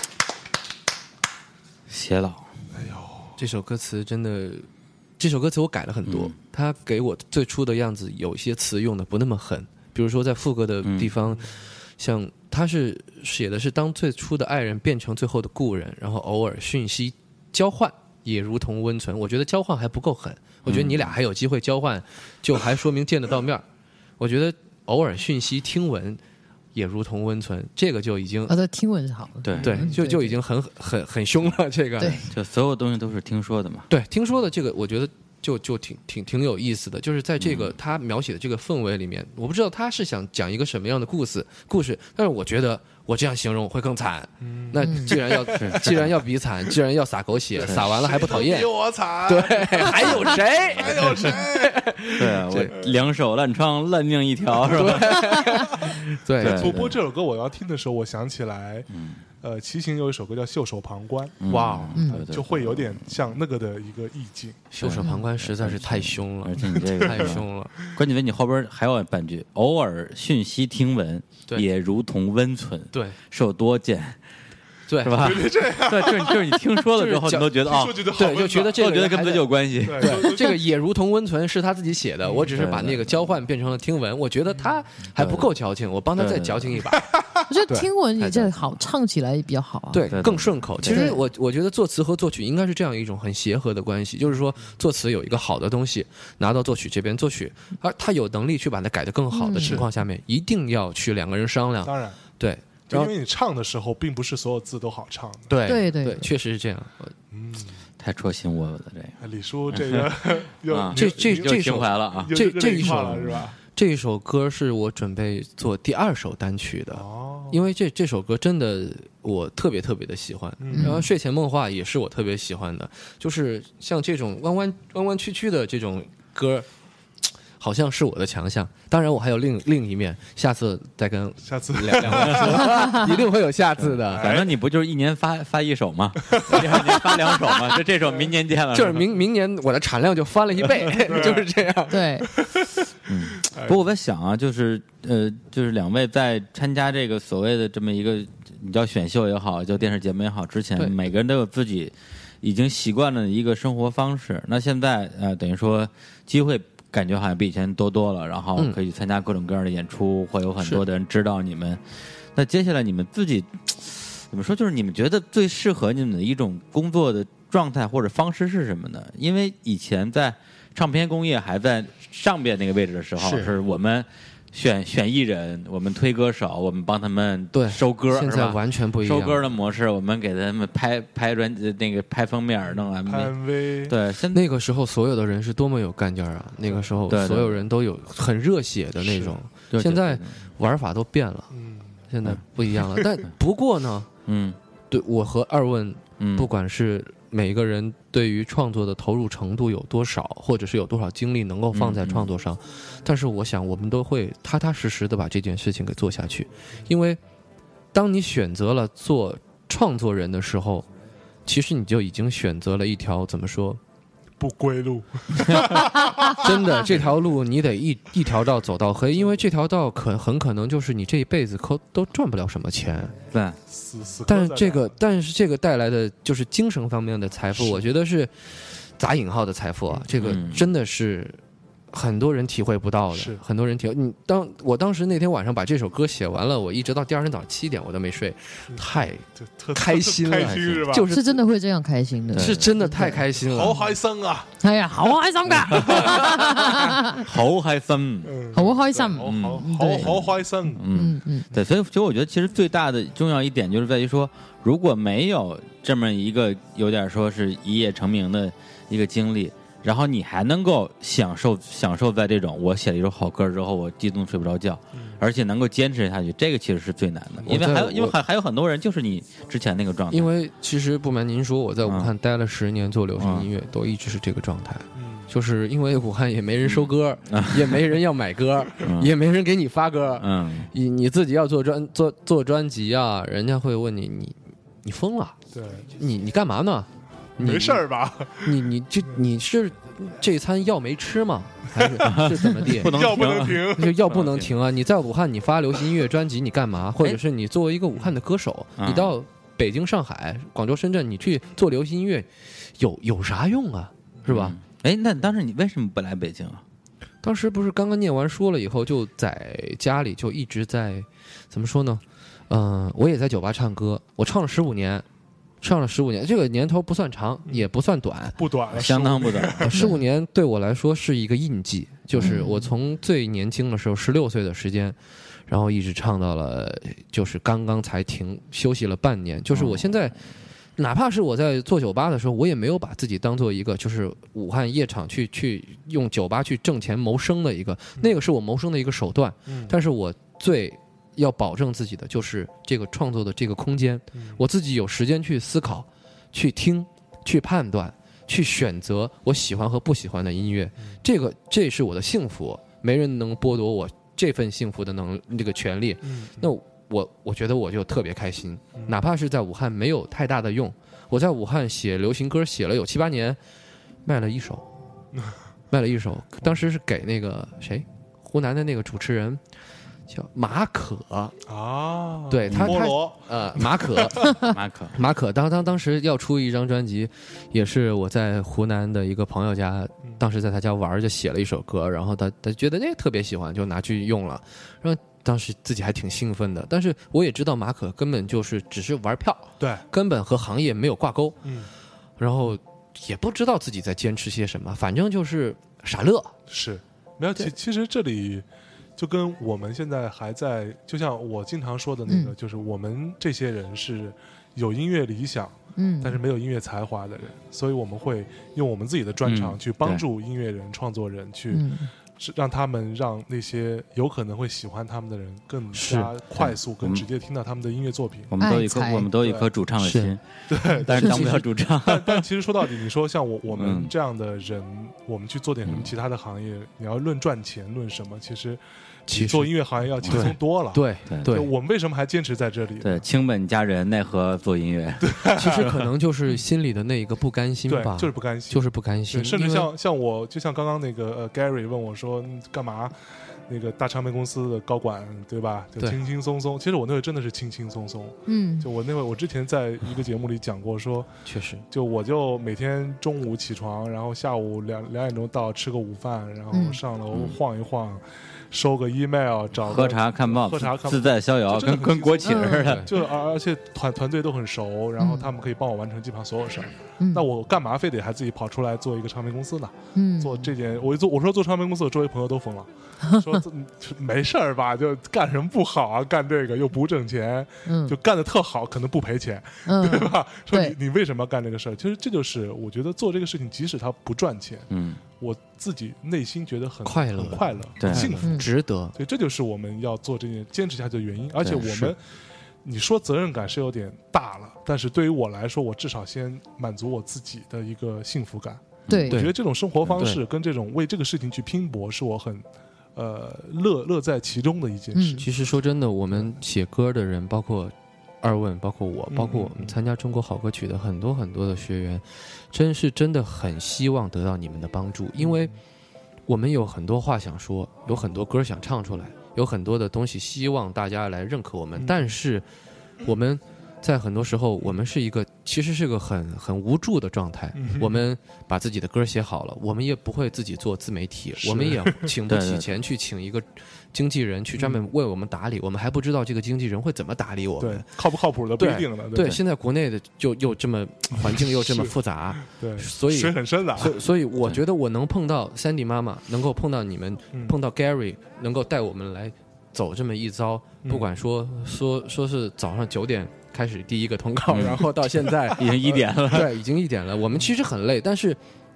写老， 这首歌词真的，这首歌词我改了很多。嗯、他给我最初的样子，有些词用的不那么狠，比如说在副歌的地方，嗯、像他是写的是当最初的爱人变成最后的故人，然后偶尔讯息交换也如同温存。我觉得交换还不够狠，我觉得你俩还有机会交换，就还说明见得到面。我觉得偶尔讯息听闻。也如同温存，这个就已经啊，对，听闻是好的， 对对，就就已经很很很凶了。这个， 对， 就所有东西都是听说的嘛。 对，听说的这个，我觉得就就挺挺挺有意思的，就是在这个、嗯、他描写的这个氛围里面，我不知道他是想讲一个什么样的故事故事，但是我觉得我这样形容会更惨。嗯、那既然要既然要比惨，既然要撒狗血，撒完了还不讨厌， 比我惨， 对，还有谁？ 还有谁？ 对啊，我两手烂疮，烂命一条，是吧？ 对， 对不过这首歌我要听的时候，我想起来，嗯、呃，齐秦有一首歌叫《袖手旁观》， 嗯、 哇， 嗯呃，就会有点像那个的一个意境。 袖手旁观实在是太凶了， 而且你这个太凶了。 关键为你后边还有半句，偶尔讯息听闻，也如同温存， 对， 是有多贱。 对， 是吧？ 对，这样对，就是就是你听说了之后，你都觉得啊， 对，就觉得这个觉得跟自己有关系。 对，这个也如同温存是他自己写的，我只是把那个交换变成了听闻。我觉得他还不够矫情，我帮他再矫情一把。 我觉得听闻你这好唱起来比较好啊， 对，更顺口。其实我我觉得作词和作曲应该是这样一种很协和的关系，就是说作词有一个好的东西拿到作曲这边，作曲而他有能力去把它改得更好的情况下面，一定要去两个人商量。 当然， 对。 就因为你唱的时候，并不是所有字都好唱的。 对对 对, 对，确实是这样。 嗯，太戳心窝了，这个。 李叔，这个又这这这情怀了啊！ 这这一首是吧？ 这一首歌是我准备做第二首单曲的，哦、因为这这首歌真的我特别特别的喜欢。嗯、然后睡前梦话也是我特别喜欢的，就是像这种弯弯弯弯曲曲的这种歌。好像是我的强项，当然我还有另另一面，下次再跟下次两两位说，一定会有下次的。 反正你不就是一年发发一首吗？第二年发两首吗？就这首明年见了， 就是明明年我的产量就翻了一倍，就是这样。 对， 嗯。不过我在想啊，就是呃，就是两位在参加这个所谓的这么一个你叫选秀也好，叫电视节目也好，之前每个人都有自己已经习惯了一个生活方式。那现在呃，等于说机会。感觉好像比以前多多了，然后可以参加各种各样的演出，嗯、会有很多的人知道你们。那接下来你们自己怎么说？就是你们觉得最适合你们的一种工作的状态或者方式是什么呢？因为以前在唱片工业还在上边那个位置的时候，是, 是我们选选艺人，我们推歌手，我们帮他们对收歌， 现在完全不一样。 收歌的模式，我们给他们拍拍专那个拍封面，弄 M V。对，现那个时候所有的人是多么有干劲儿啊！那个时候所有人都有很热血的那种。现在玩法都变了，现在不一样了。但不过呢，嗯，对我和二问，不管是每个人对于创作的投入程度有多少，或者是有多少精力能够放在创作上，嗯嗯、但是我想我们都会踏踏实实的把这件事情给做下去，因为当你选择了做创作人的时候，其实你就已经选择了一条怎么说不归路。 真的，这条路你得一一条道走到黑，因为这条道可很可能就是你这一辈子可都赚不了什么钱。 对， 但是这个但是这个带来的就是精神方面的财富，我觉得是打引号的财富啊，这个真的是很多人体会不到的。是很多人体会。你当我当时那天晚上把这首歌写完了，我一直到第二天早上七点我都没睡，太开心了， 开心是吧？ 就是是真的会这样开心的， 是真的太开心了， 好開心啊！ 哎呀，好開心噶， 好開心， 好開心， 好好好開心， 嗯嗯，对，所以其实我覺得其實最大的重要一點就是在於說，如果沒有這麼一個有點說是一夜成名的一個經歷。 然后你还能够享受享受在这种我写了一首好歌之后我激动睡不着觉，嗯、而且能够坚持下去，这个其实是最难的，因为还有因为还还有很多人就是你之前那个状态。 因为其实不瞒您说，我在武汉待了十年做流行音乐，嗯、都一直是这个状态。嗯就是因为武汉也没人收歌，嗯、也没人要买歌，嗯、也没人给你发歌。嗯，你你自己要做专做做专辑啊，人家会问你你你疯了？ 对， 你你干嘛呢？ 没事儿吧？ 你你这你是这餐药没吃吗？还是是怎么地？ 不能药不能停， 就药不能停啊！你在武汉你发流行音乐专辑，你干嘛？或者是你作为一个武汉的歌手，你到北京、上海、广州、深圳，你去做流行音乐，有有啥用啊？是吧？ 嗯哎，那当时你为什么不来北京啊？ 当时不是刚刚念完书了以后，就在家里就一直在，怎么说呢？嗯、呃，我也在酒吧唱歌，我唱了十五年，唱了十五年，这个年头不算长，也不算短， 不短了， 相当不短。 十五年对我来说是一个印记，就是我从最年轻的时候，十六岁的时间，然后一直唱到了，就是刚刚才停休息了半年，就是我现在。哪怕是我在做酒吧的时候，我也没有把自己当做一个就是武汉夜场去去用酒吧去挣钱谋生的一个，那个是我谋生的一个手段。嗯、但是我最要保证自己的就是这个创作的这个空间，嗯、我自己有时间去思考、去听、去判断、去选择我喜欢和不喜欢的音乐。嗯、这个这是我的幸福，没人能剥夺我这份幸福的能这个权利。嗯、那我我觉得我就特别开心，哪怕是在武汉没有太大的用，我在武汉写流行歌写了有七八年，卖了一首，卖了一首，当时是给那个谁，湖南的那个主持人叫马可啊， 对他他呃马可马可马可当当当时要出一张专辑，也是我在湖南的一个朋友家，当时在他家玩就写了一首歌，然后他他觉得那个特别喜欢，就拿去用了，然后。当时自己还挺兴奋的，但是我也知道马可根本就是只是玩票， 对， 根本和行业没有挂钩，嗯，然后也不知道自己在坚持些什么，反正就是傻乐。 是，没有其其实这里就跟我们现在还在，就像我经常说的那个，嗯、就是我们这些人是有音乐理想，嗯，但是没有音乐才华的人，所以我们会用我们自己的专长去帮助音乐人、嗯、创作人去。嗯是让他们让那些有可能会喜欢他们的人更加快速、更直接听到他们的音乐作品。 我们都有一颗，我们都有一颗主唱的心， 对， 但是当不了主唱。 但但其实说到底，你说像我我们这样的人，嗯、我们去做点什么其他的行业，嗯、你要论赚钱，论什么，其实。其实做音乐行业要轻松多了， 对对对， 我们为什么还坚持在这里？ 对，亲本家人奈何做音乐？ 对， 其实可能就是心里的那一个不甘心吧， 就是不甘心， 就是不甘心。 甚至像像我，就像刚刚那个呃 Gary 问我说干嘛？那个大唱片公司的高管，对吧？就轻轻松松。其实我那会真的是轻轻松松。嗯，就我那会，我之前在一个节目里讲过说， 确实， 就我就每天中午起床，然后下午两两点钟到吃个午饭，然后上楼晃一晃。嗯收个 email， 找喝茶看报， 喝茶看报自在逍遥，跟跟国企似的。 就而且团团队都很熟，然后他们可以帮我完成基本上所有事儿。嗯、那我干嘛非得还自己跑出来做一个唱片公司呢？嗯，做这件我做我说做唱片公司，我周围朋友都疯了，说没事儿吧，就干什么不好啊？干这个又不挣钱，嗯、就干得特好，可能不赔钱，嗯、对吧？说你你为什么要干这个事儿？其实这就是我觉得做这个事情，即使它不赚钱，嗯。我自己内心觉得很快乐， 很快乐，很幸福， 值得。 所以这就是我们要做这件坚持下去的原因。而且我们，你说责任感是有点大了，但是对于我来说，我至少先满足我自己的一个幸福感。 对， 我觉得这种生活方式跟这种为这个事情去拼搏，是我很呃乐乐在其中的一件事。 嗯、其实说真的，我们写歌的人，包括二问，包括我，包括我们参加中国好歌曲的很多很多的学员。真是真的很希望得到你们的帮助，因为我们有很多话想说，有很多歌想唱出来，有很多的东西希望大家来认可我们，但是我们在很多时候我们是一个其实是个很很无助的状态，我们把自己的歌写好了，我们也不会自己做自媒体，我们也请不起钱去请一个经纪人去专门为我们打理，我们还不知道这个经纪人会怎么打理我们， 对，靠不靠谱的不一定的。 对，对，现在国内的就又这么环境又这么复杂， 对， 所以水很深的。 所以，所以我觉得我能碰到 Sandy 妈妈，能够碰到你们，嗯、碰到 Gary， 能够带我们来走这么一遭，嗯、不管说说说是早上九点开始第一个通告，嗯、然后到现在已经一点了， 对，已经一点了。我们其实很累，但是。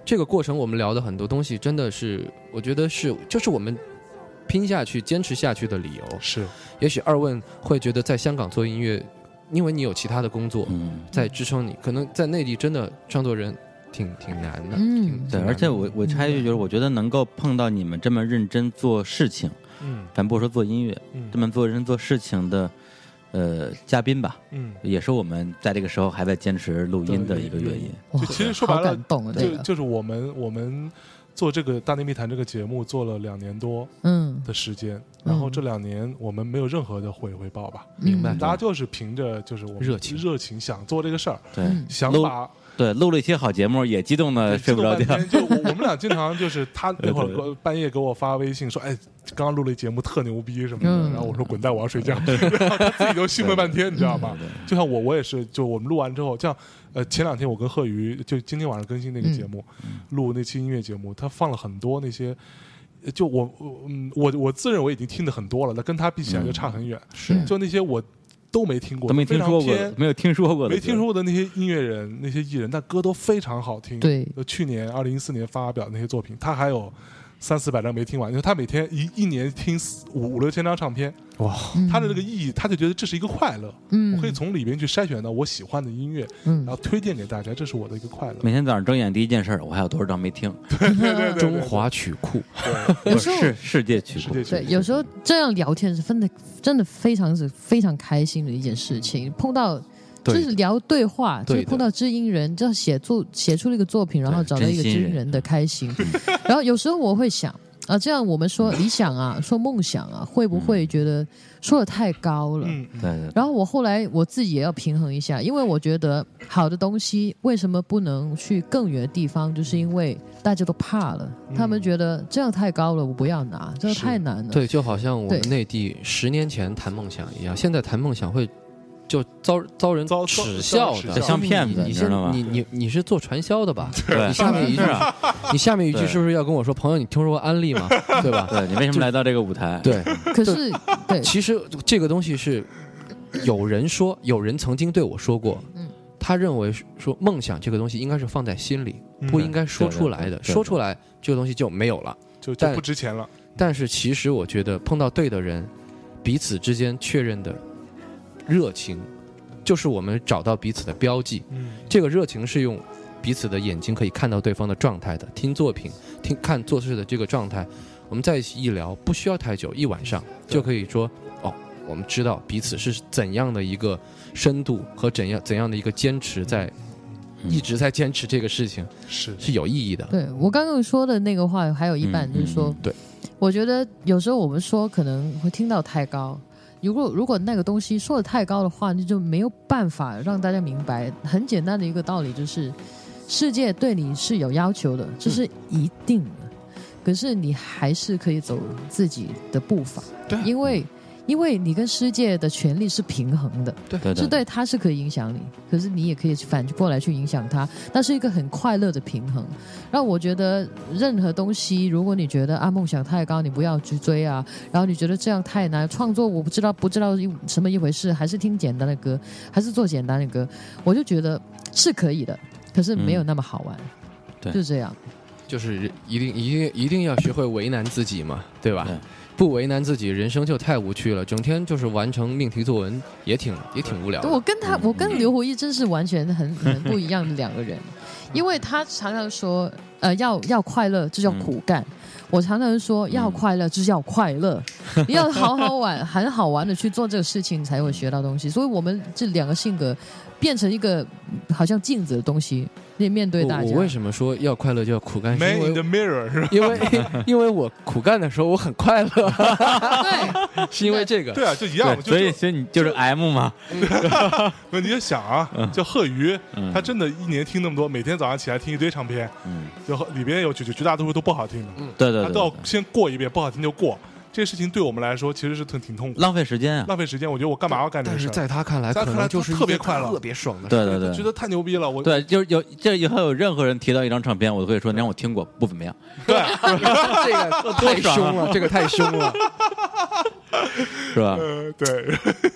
这个过程我们聊的很多东西，真的是我觉得是就是我们拼下去、坚持下去的理由。 是， 也许二问会觉得在香港做音乐，因为你有其他的工作在支撑你，可能在内地真的创作人挺挺难的。 嗯， 对，而且我我插一句，就是我觉得能够碰到你们这么认真做事情，嗯，咱不说做音乐，嗯，这么做认真做事情的。呃，嘉宾吧，嗯，也是我们在这个时候还在坚持录音的一个原因。 就其实说白了， 感动了， 就就是我们我们做这个《大内密谈》这个节目做了两年多，嗯的时间，然后这两年我们没有任何的回回报吧， 明白？ 大家就是凭着就是我们热情热情想做这个事儿， 对， 想把。 对，录了一期好节目，也激动的睡不着觉。 就我我们俩经常就是他那会儿半夜给我发微信说：“哎，刚刚录了一节目特牛逼什么的。嗯”然后我说：“滚蛋，我要睡觉。”然后他自己就兴奋半天，你知道吗？就像我，我也是，就我们录完之后，像呃前两天我跟贺宇就今天晚上更新那个节目，嗯、录那期音乐节目，他放了很多那些。就我嗯我我自认为已经听的很多了，那跟他比起来就差很远。是、嗯，就那些我。都没听过， 都没听说过，没有听说过的， 没听说过的那些音乐人、那些艺人，但歌都非常好听。 对， 去年二零一四年发表的那些作品，他还有三四百张没听完，因为他每天一一年听五五六千张唱片。哇，他的这个意义，他就觉得这是一个快乐。嗯，我可以从里边去筛选到我喜欢的音乐，嗯，然后推荐给大家，这是我的一个快乐。 每天早上睁眼第一件事，我还有多少张没听？ 对对对， 中华曲库， 有时候世世界曲库。 对，有时候这样聊天是真的，真的非常是非常开心的一件事情。碰到。就是聊对话，就是碰到知音人，就写作写出了一个作品，然后找到一个知音人的开心。然后有时候我会想啊，这样我们说理想啊，说梦想啊，会不会觉得说的太高了？ 嗯，对对。 然后我后来我自己也要平衡一下，因为我觉得好的东西为什么不能去更远的地方，就是因为大家都怕了，嗯、他们觉得这样太高了，我不要拿，这样太难了。 对，就好像我们内地十年前谈梦想一样，现在谈梦想会。就遭遭人耻笑的， 像骗子， 你知道吗？ 你你你是做传销的吧？ 对， 你下面一句，你下面一句是不是要跟我说，朋友，你听说过安利吗？对吧？ 对，你为什么来到这个舞台？ 对， 可是对， 其实这个东西是有人说，有人曾经对我说过，嗯，他认为说梦想这个东西应该是放在心里，不应该说出来的，说出来这个东西就没有了， 就就不值钱了。 但是其实我觉得碰到对的人，彼此之间确认的。热情就是我们找到彼此的标记，嗯，这个热情是用彼此的眼睛可以看到对方的状态的，听作品听看做事的这个状态，我们在一起一聊不需要太久，一晚上就可以说哦，我们知道彼此是怎样的一个深度和怎样怎样的一个坚持在、嗯、一直在坚持这个事情是是有意义的。 对，我刚刚说的那个话还有一半就是说、 嗯嗯、对， 我觉得有时候我们说可能会听到太高，如果如果那个东西说的太高的话，那就没有办法让大家明白。很简单的一个道理就是，世界对你是有要求的，这是一定的。嗯、可是你还是可以走自己的步伐， 对， 因为因为你跟世界的权利是平衡的， 对， 是对他是可以影响你，可是你也可以反过来去影响他，那是一个很快乐的平衡。然后我觉得任何东西，如果你觉得啊梦想太高，你不要去追啊，然后你觉得这样太难，创作我不知道不知道什么一回事，还是听简单的歌，还是做简单的歌，我就觉得是可以的，可是没有那么好玩，嗯、对，就这样， 就是一定一定一定要学会为难自己嘛，对吧？对，不为难自己，人生就太无趣了。整天就是完成命题作文，也挺也挺无聊的。 我跟他，我跟刘胡一真是完全很很不一样的两个人，因为他常常说，呃，要要快乐就叫苦干。嗯、我常常说，要快乐就是要快乐，嗯、要好好玩，很好玩的去做这个事情，才会学到东西。所以我们这两个性格变成一个好像镜子的东西。面对大家， 我, 我为什么说要快乐就要苦干？ Man in the mirror 是吧？ 因为因为我苦干的时候我很快乐， 对， 是因为这个， 对啊，就一样， 所以所以你就是 M 嘛。 那你就想啊，叫贺瑜，他真的一年听那么多，每天早上起来听一堆唱片，嗯，就里边有绝绝大多数都不好听的， 嗯，对对对， 他都要先过一遍，不好听就过。这个事情对我们来说其实是挺挺痛苦， 浪费时间啊， 浪费时间。我觉得我干嘛要干这个事？ 但是在他看来，可能就是特别快乐、 特别爽的事。 对对对， 觉得太牛逼了。我对，就是有这以后有任何人提到一张唱片，我都会说：“你让我听过，不怎么样。” 对， 这个太凶了，这个太凶了， 是吧？ 呃，对。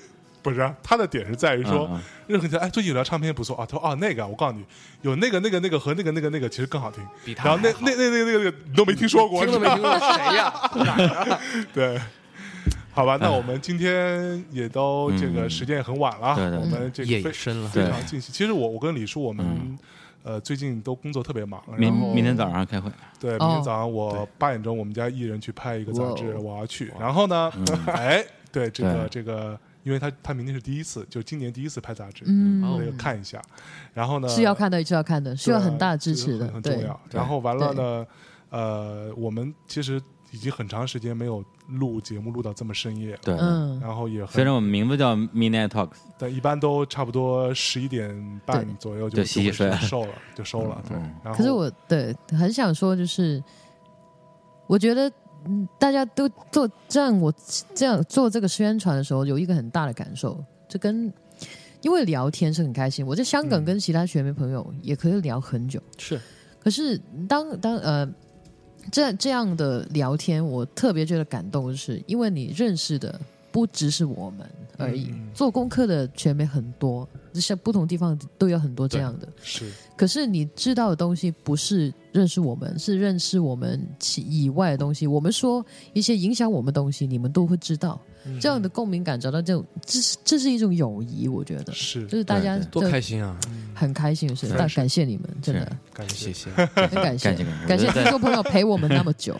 不是、啊，他的点是在于说， 嗯嗯任何人哎，最近有条唱片不错啊，他说哦那个，我告诉你，有那个那个那个和那个那个那个其实更好听， 比他然后那还好那那那那个那个你都没听说过， 听都没听过谁呀？ 对。好吧，那我们今天也都这个时间也很晚了， 对对我们这个夜非也深了， 非常尽兴。其实我我跟李叔我们、 嗯、 呃最近都工作特别忙， 明然后明天早上开会， 对，明天早上我八点钟我们家艺人去拍一个杂志，我要去。然后呢， 嗯、 哎，对这个对这个，因为他他明天是第一次，就今年第一次拍杂志， 嗯， 我得看一下。然后呢， 是要看的，是要看的，需要很大支持的， 很很重要。然后完了呢，呃，我们其实已经很长时间没有录节目录到这么深夜了， 对， 嗯， 然后也很虽然我们名字叫 Midnight Talks， 但一般都差不多十一点半左右就就洗洗睡了， 收了就收了。对，然后可是我对很想说，就是我觉得，嗯，大家都做这样，我这样做这个宣传的时候，有一个很大的感受，就跟因为聊天是很开心。我在香港跟其他学妹朋友也可以聊很久， 是。 可是当当呃。这这样的聊天，我特别觉得感动，就是因为你认识的不只是我们而已。嗯、做功课的学妹很多，像不同地方都有很多这样的。 是， 可是你知道的东西不是认识我们，是认识我们以外的东西。我们说一些影响我们的东西，你们都会知道。嗯、这样的共鸣感，找到这种，这是这是一种友谊，我觉得是， 就是大家多开心啊， 很开心的事。但感谢你们，真的， 感谢谢谢， 很感谢，感谢听众朋友陪我们那么久。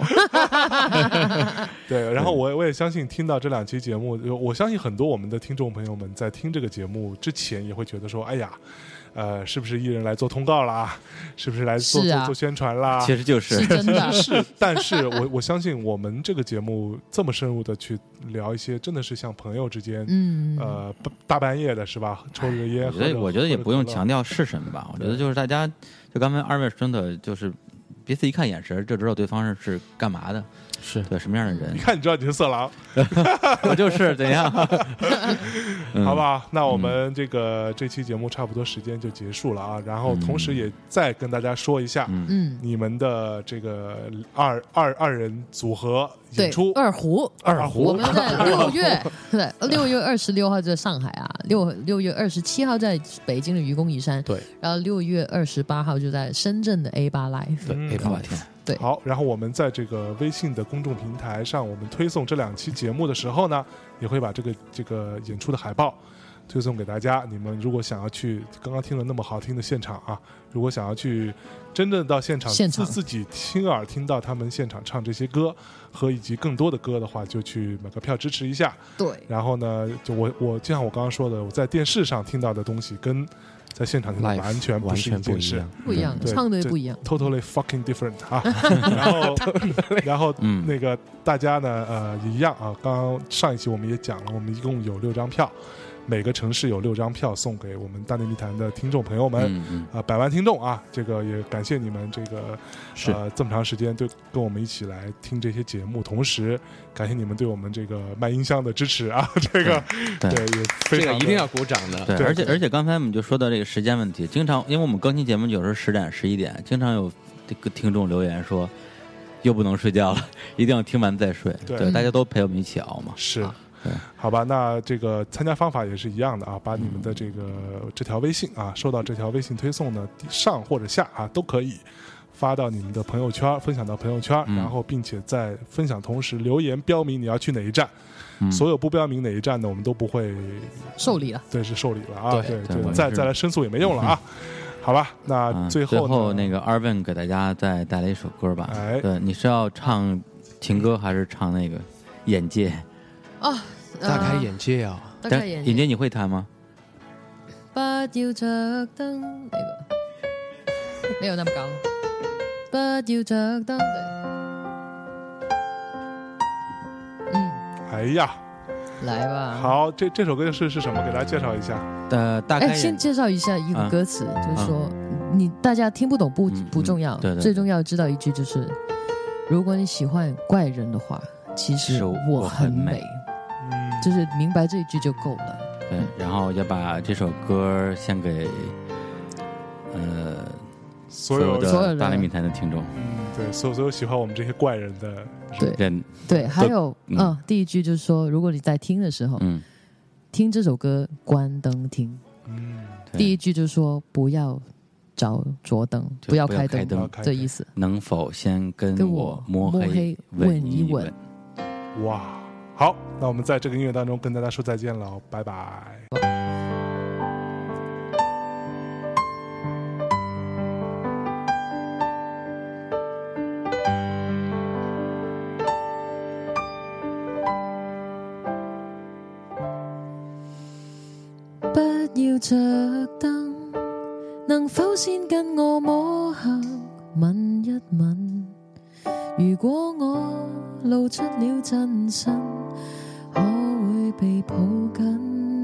对，然后我我也相信，听到这两期节目，我相信很多我们的听众朋友们在听这个节目之前，也会觉得说，哎呀。呃，是不是艺人来做通告啦？是不是来做、啊、做做宣传啦？ 其实就是是真的是，但是我我相信我们这个节目这么深入的去聊一些，真的是像朋友之间，嗯，呃，大半夜的是吧？抽着烟， 我觉得我觉得也不用强调是什么吧。我觉得就是大家，就刚才二位说的，就是彼此一看眼神就知道对方是是干嘛的。是对什么样的人？ 你看，你知道你是色狼， 我就是怎样？ 好吧，那我们这个、嗯、这期节目差不多时间就结束了啊。然后同时也再跟大家说一下，嗯，你们的这个二二二人组合演出， 二胡， 二胡， 我们在六月对六月二十六号在上海啊，六六月二十七号在北京的愚公移山， 对， 然后六月二十八号就在深圳的 A 八 Live， 对 A 八 Live。 对， 好，然后我们在这个微信的公众平台上，我们推送这两期节目的时候呢，也会把这个这个演出的海报推送给大家。你们如果想要去，刚刚听了那么好听的现场啊，如果想要去真正到现场， 现场自自己亲耳听到他们现场唱这些歌和以及更多的歌的话，就去买个票支持一下。 对， 然后呢，就我我就像我刚刚说的，我在电视上听到的东西跟在现场听的完全不是一件事， 不一样，唱的也不一样 ，totally fucking different 啊。然后，然后那个大家呢，呃，也一样啊。刚刚上一期我们也讲了，我们一共有六张票，每个城市有六张票送给我们大内密谈的听众朋友们，啊、 嗯嗯呃，百万听众啊，这个也感谢你们这个呃这么长时间对跟我们一起来听这些节目，同时感谢你们对我们这个卖音箱的支持啊，这个 对, 对也非常这个一定要鼓掌的。 对， 对而且而且刚才我们就说到这个时间问题，经常因为我们更新节目有时候十点十一点，经常有这个听众留言说又不能睡觉了，一定要听完再睡。 对， 对大家都陪我们一起熬嘛。 是。 啊好吧，那这个参加方法也是一样的啊，把你们的这个这条微信啊，收到这条微信推送呢，上或者下啊都可以发到你们的朋友圈，分享到朋友圈， 嗯、 然后并且在分享同时留言标明你要去哪一站，嗯、所有不标明哪一站呢，我们都不会受理了， 对，是受理了啊， 对， 对，对再再来申诉也没用了啊。好吧，那最后、 嗯、最后那个二问给大家再带来一首歌吧。 哎， 对，你是要唱情歌还是唱那个眼界啊？ 大开眼界啊！ 大开眼界， 眼界你会弹吗？ 不要着灯，那个没有那么高。不要着灯，对，嗯， 哎呀， 来吧。 好，这这首歌是是什么？给大家介绍一下。 呃，大概先介绍一下一个歌词，啊、就是说、啊、你大家听不懂不不重要， 嗯嗯、对对对最重要知道一句就是，如果你喜欢怪人的话，其实我很美。就是明白这一句就够了。 对，然后要把这首歌献给呃所有的大内密谈的听众。 嗯，对，所有所有喜欢我们这些怪人的人。对，还有嗯、哦，第一句就是说，如果你在听的时候，嗯， 听这首歌关灯听。 嗯， 第一句就说不要找着灯，不要开灯， 灯这意思。 能否先跟跟我摸黑吻一吻？ 哇，好，那我们在这个音乐当中跟大家说再见了，拜拜。 不要着燈，能否先跟我摸下吻一吻？如果我露出了真身，可會被抱緊？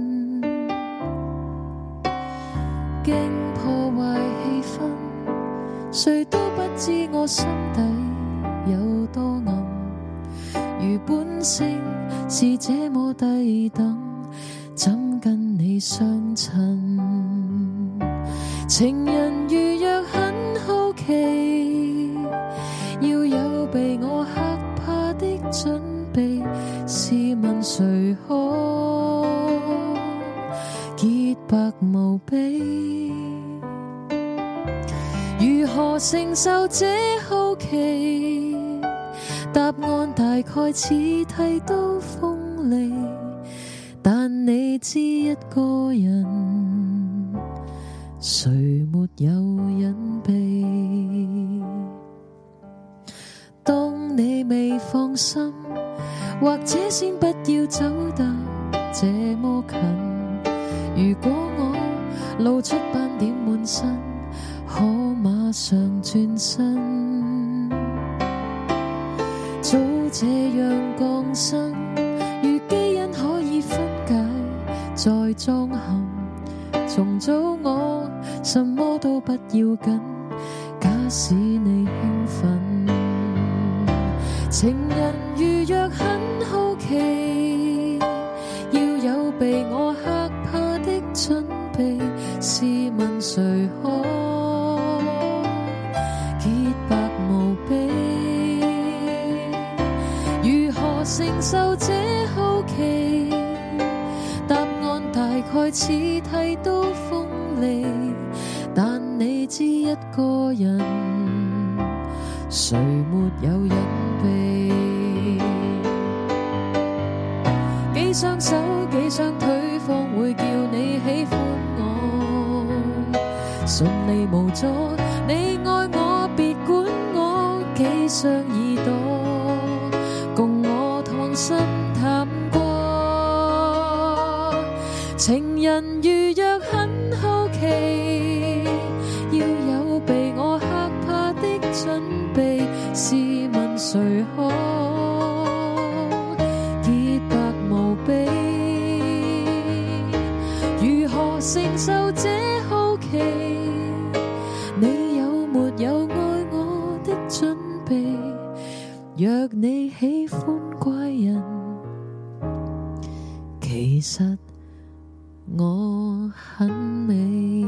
驚破壞氣氛，誰都不知我心底有多暗。如本性是這麼低等，怎跟你相襯？情人如若很好奇，要有被我嚇怕的準備，試問誰可潔白無比？如何承受這好奇？答案大概似剃刀鋒利，但你知一個人誰沒有隱秘？當你未放心，或者先不要走得這麼近。如果我露出斑點滿身，可馬上轉身。早這樣降生，如基因可以分解再裝嵌，重組我什麼都不要緊，假使你興奮。情人如若很好奇，要有被我嚇怕的準備，試問誰可潔白無比？如何承受這好奇？答案大概似剃刀鋒利，但你知一個人誰沒有隱秘？幾雙手幾雙腿方會叫你喜歡我？順利無阻，你愛我別管我，幾雙耳朵共我淌心淡過。情人如若很好奇，要有被我嚇怕的準備，試問誰可潔白無比？如何承受這好奇？你有沒有愛我的準備？若你喜歡怪人，其實我很美。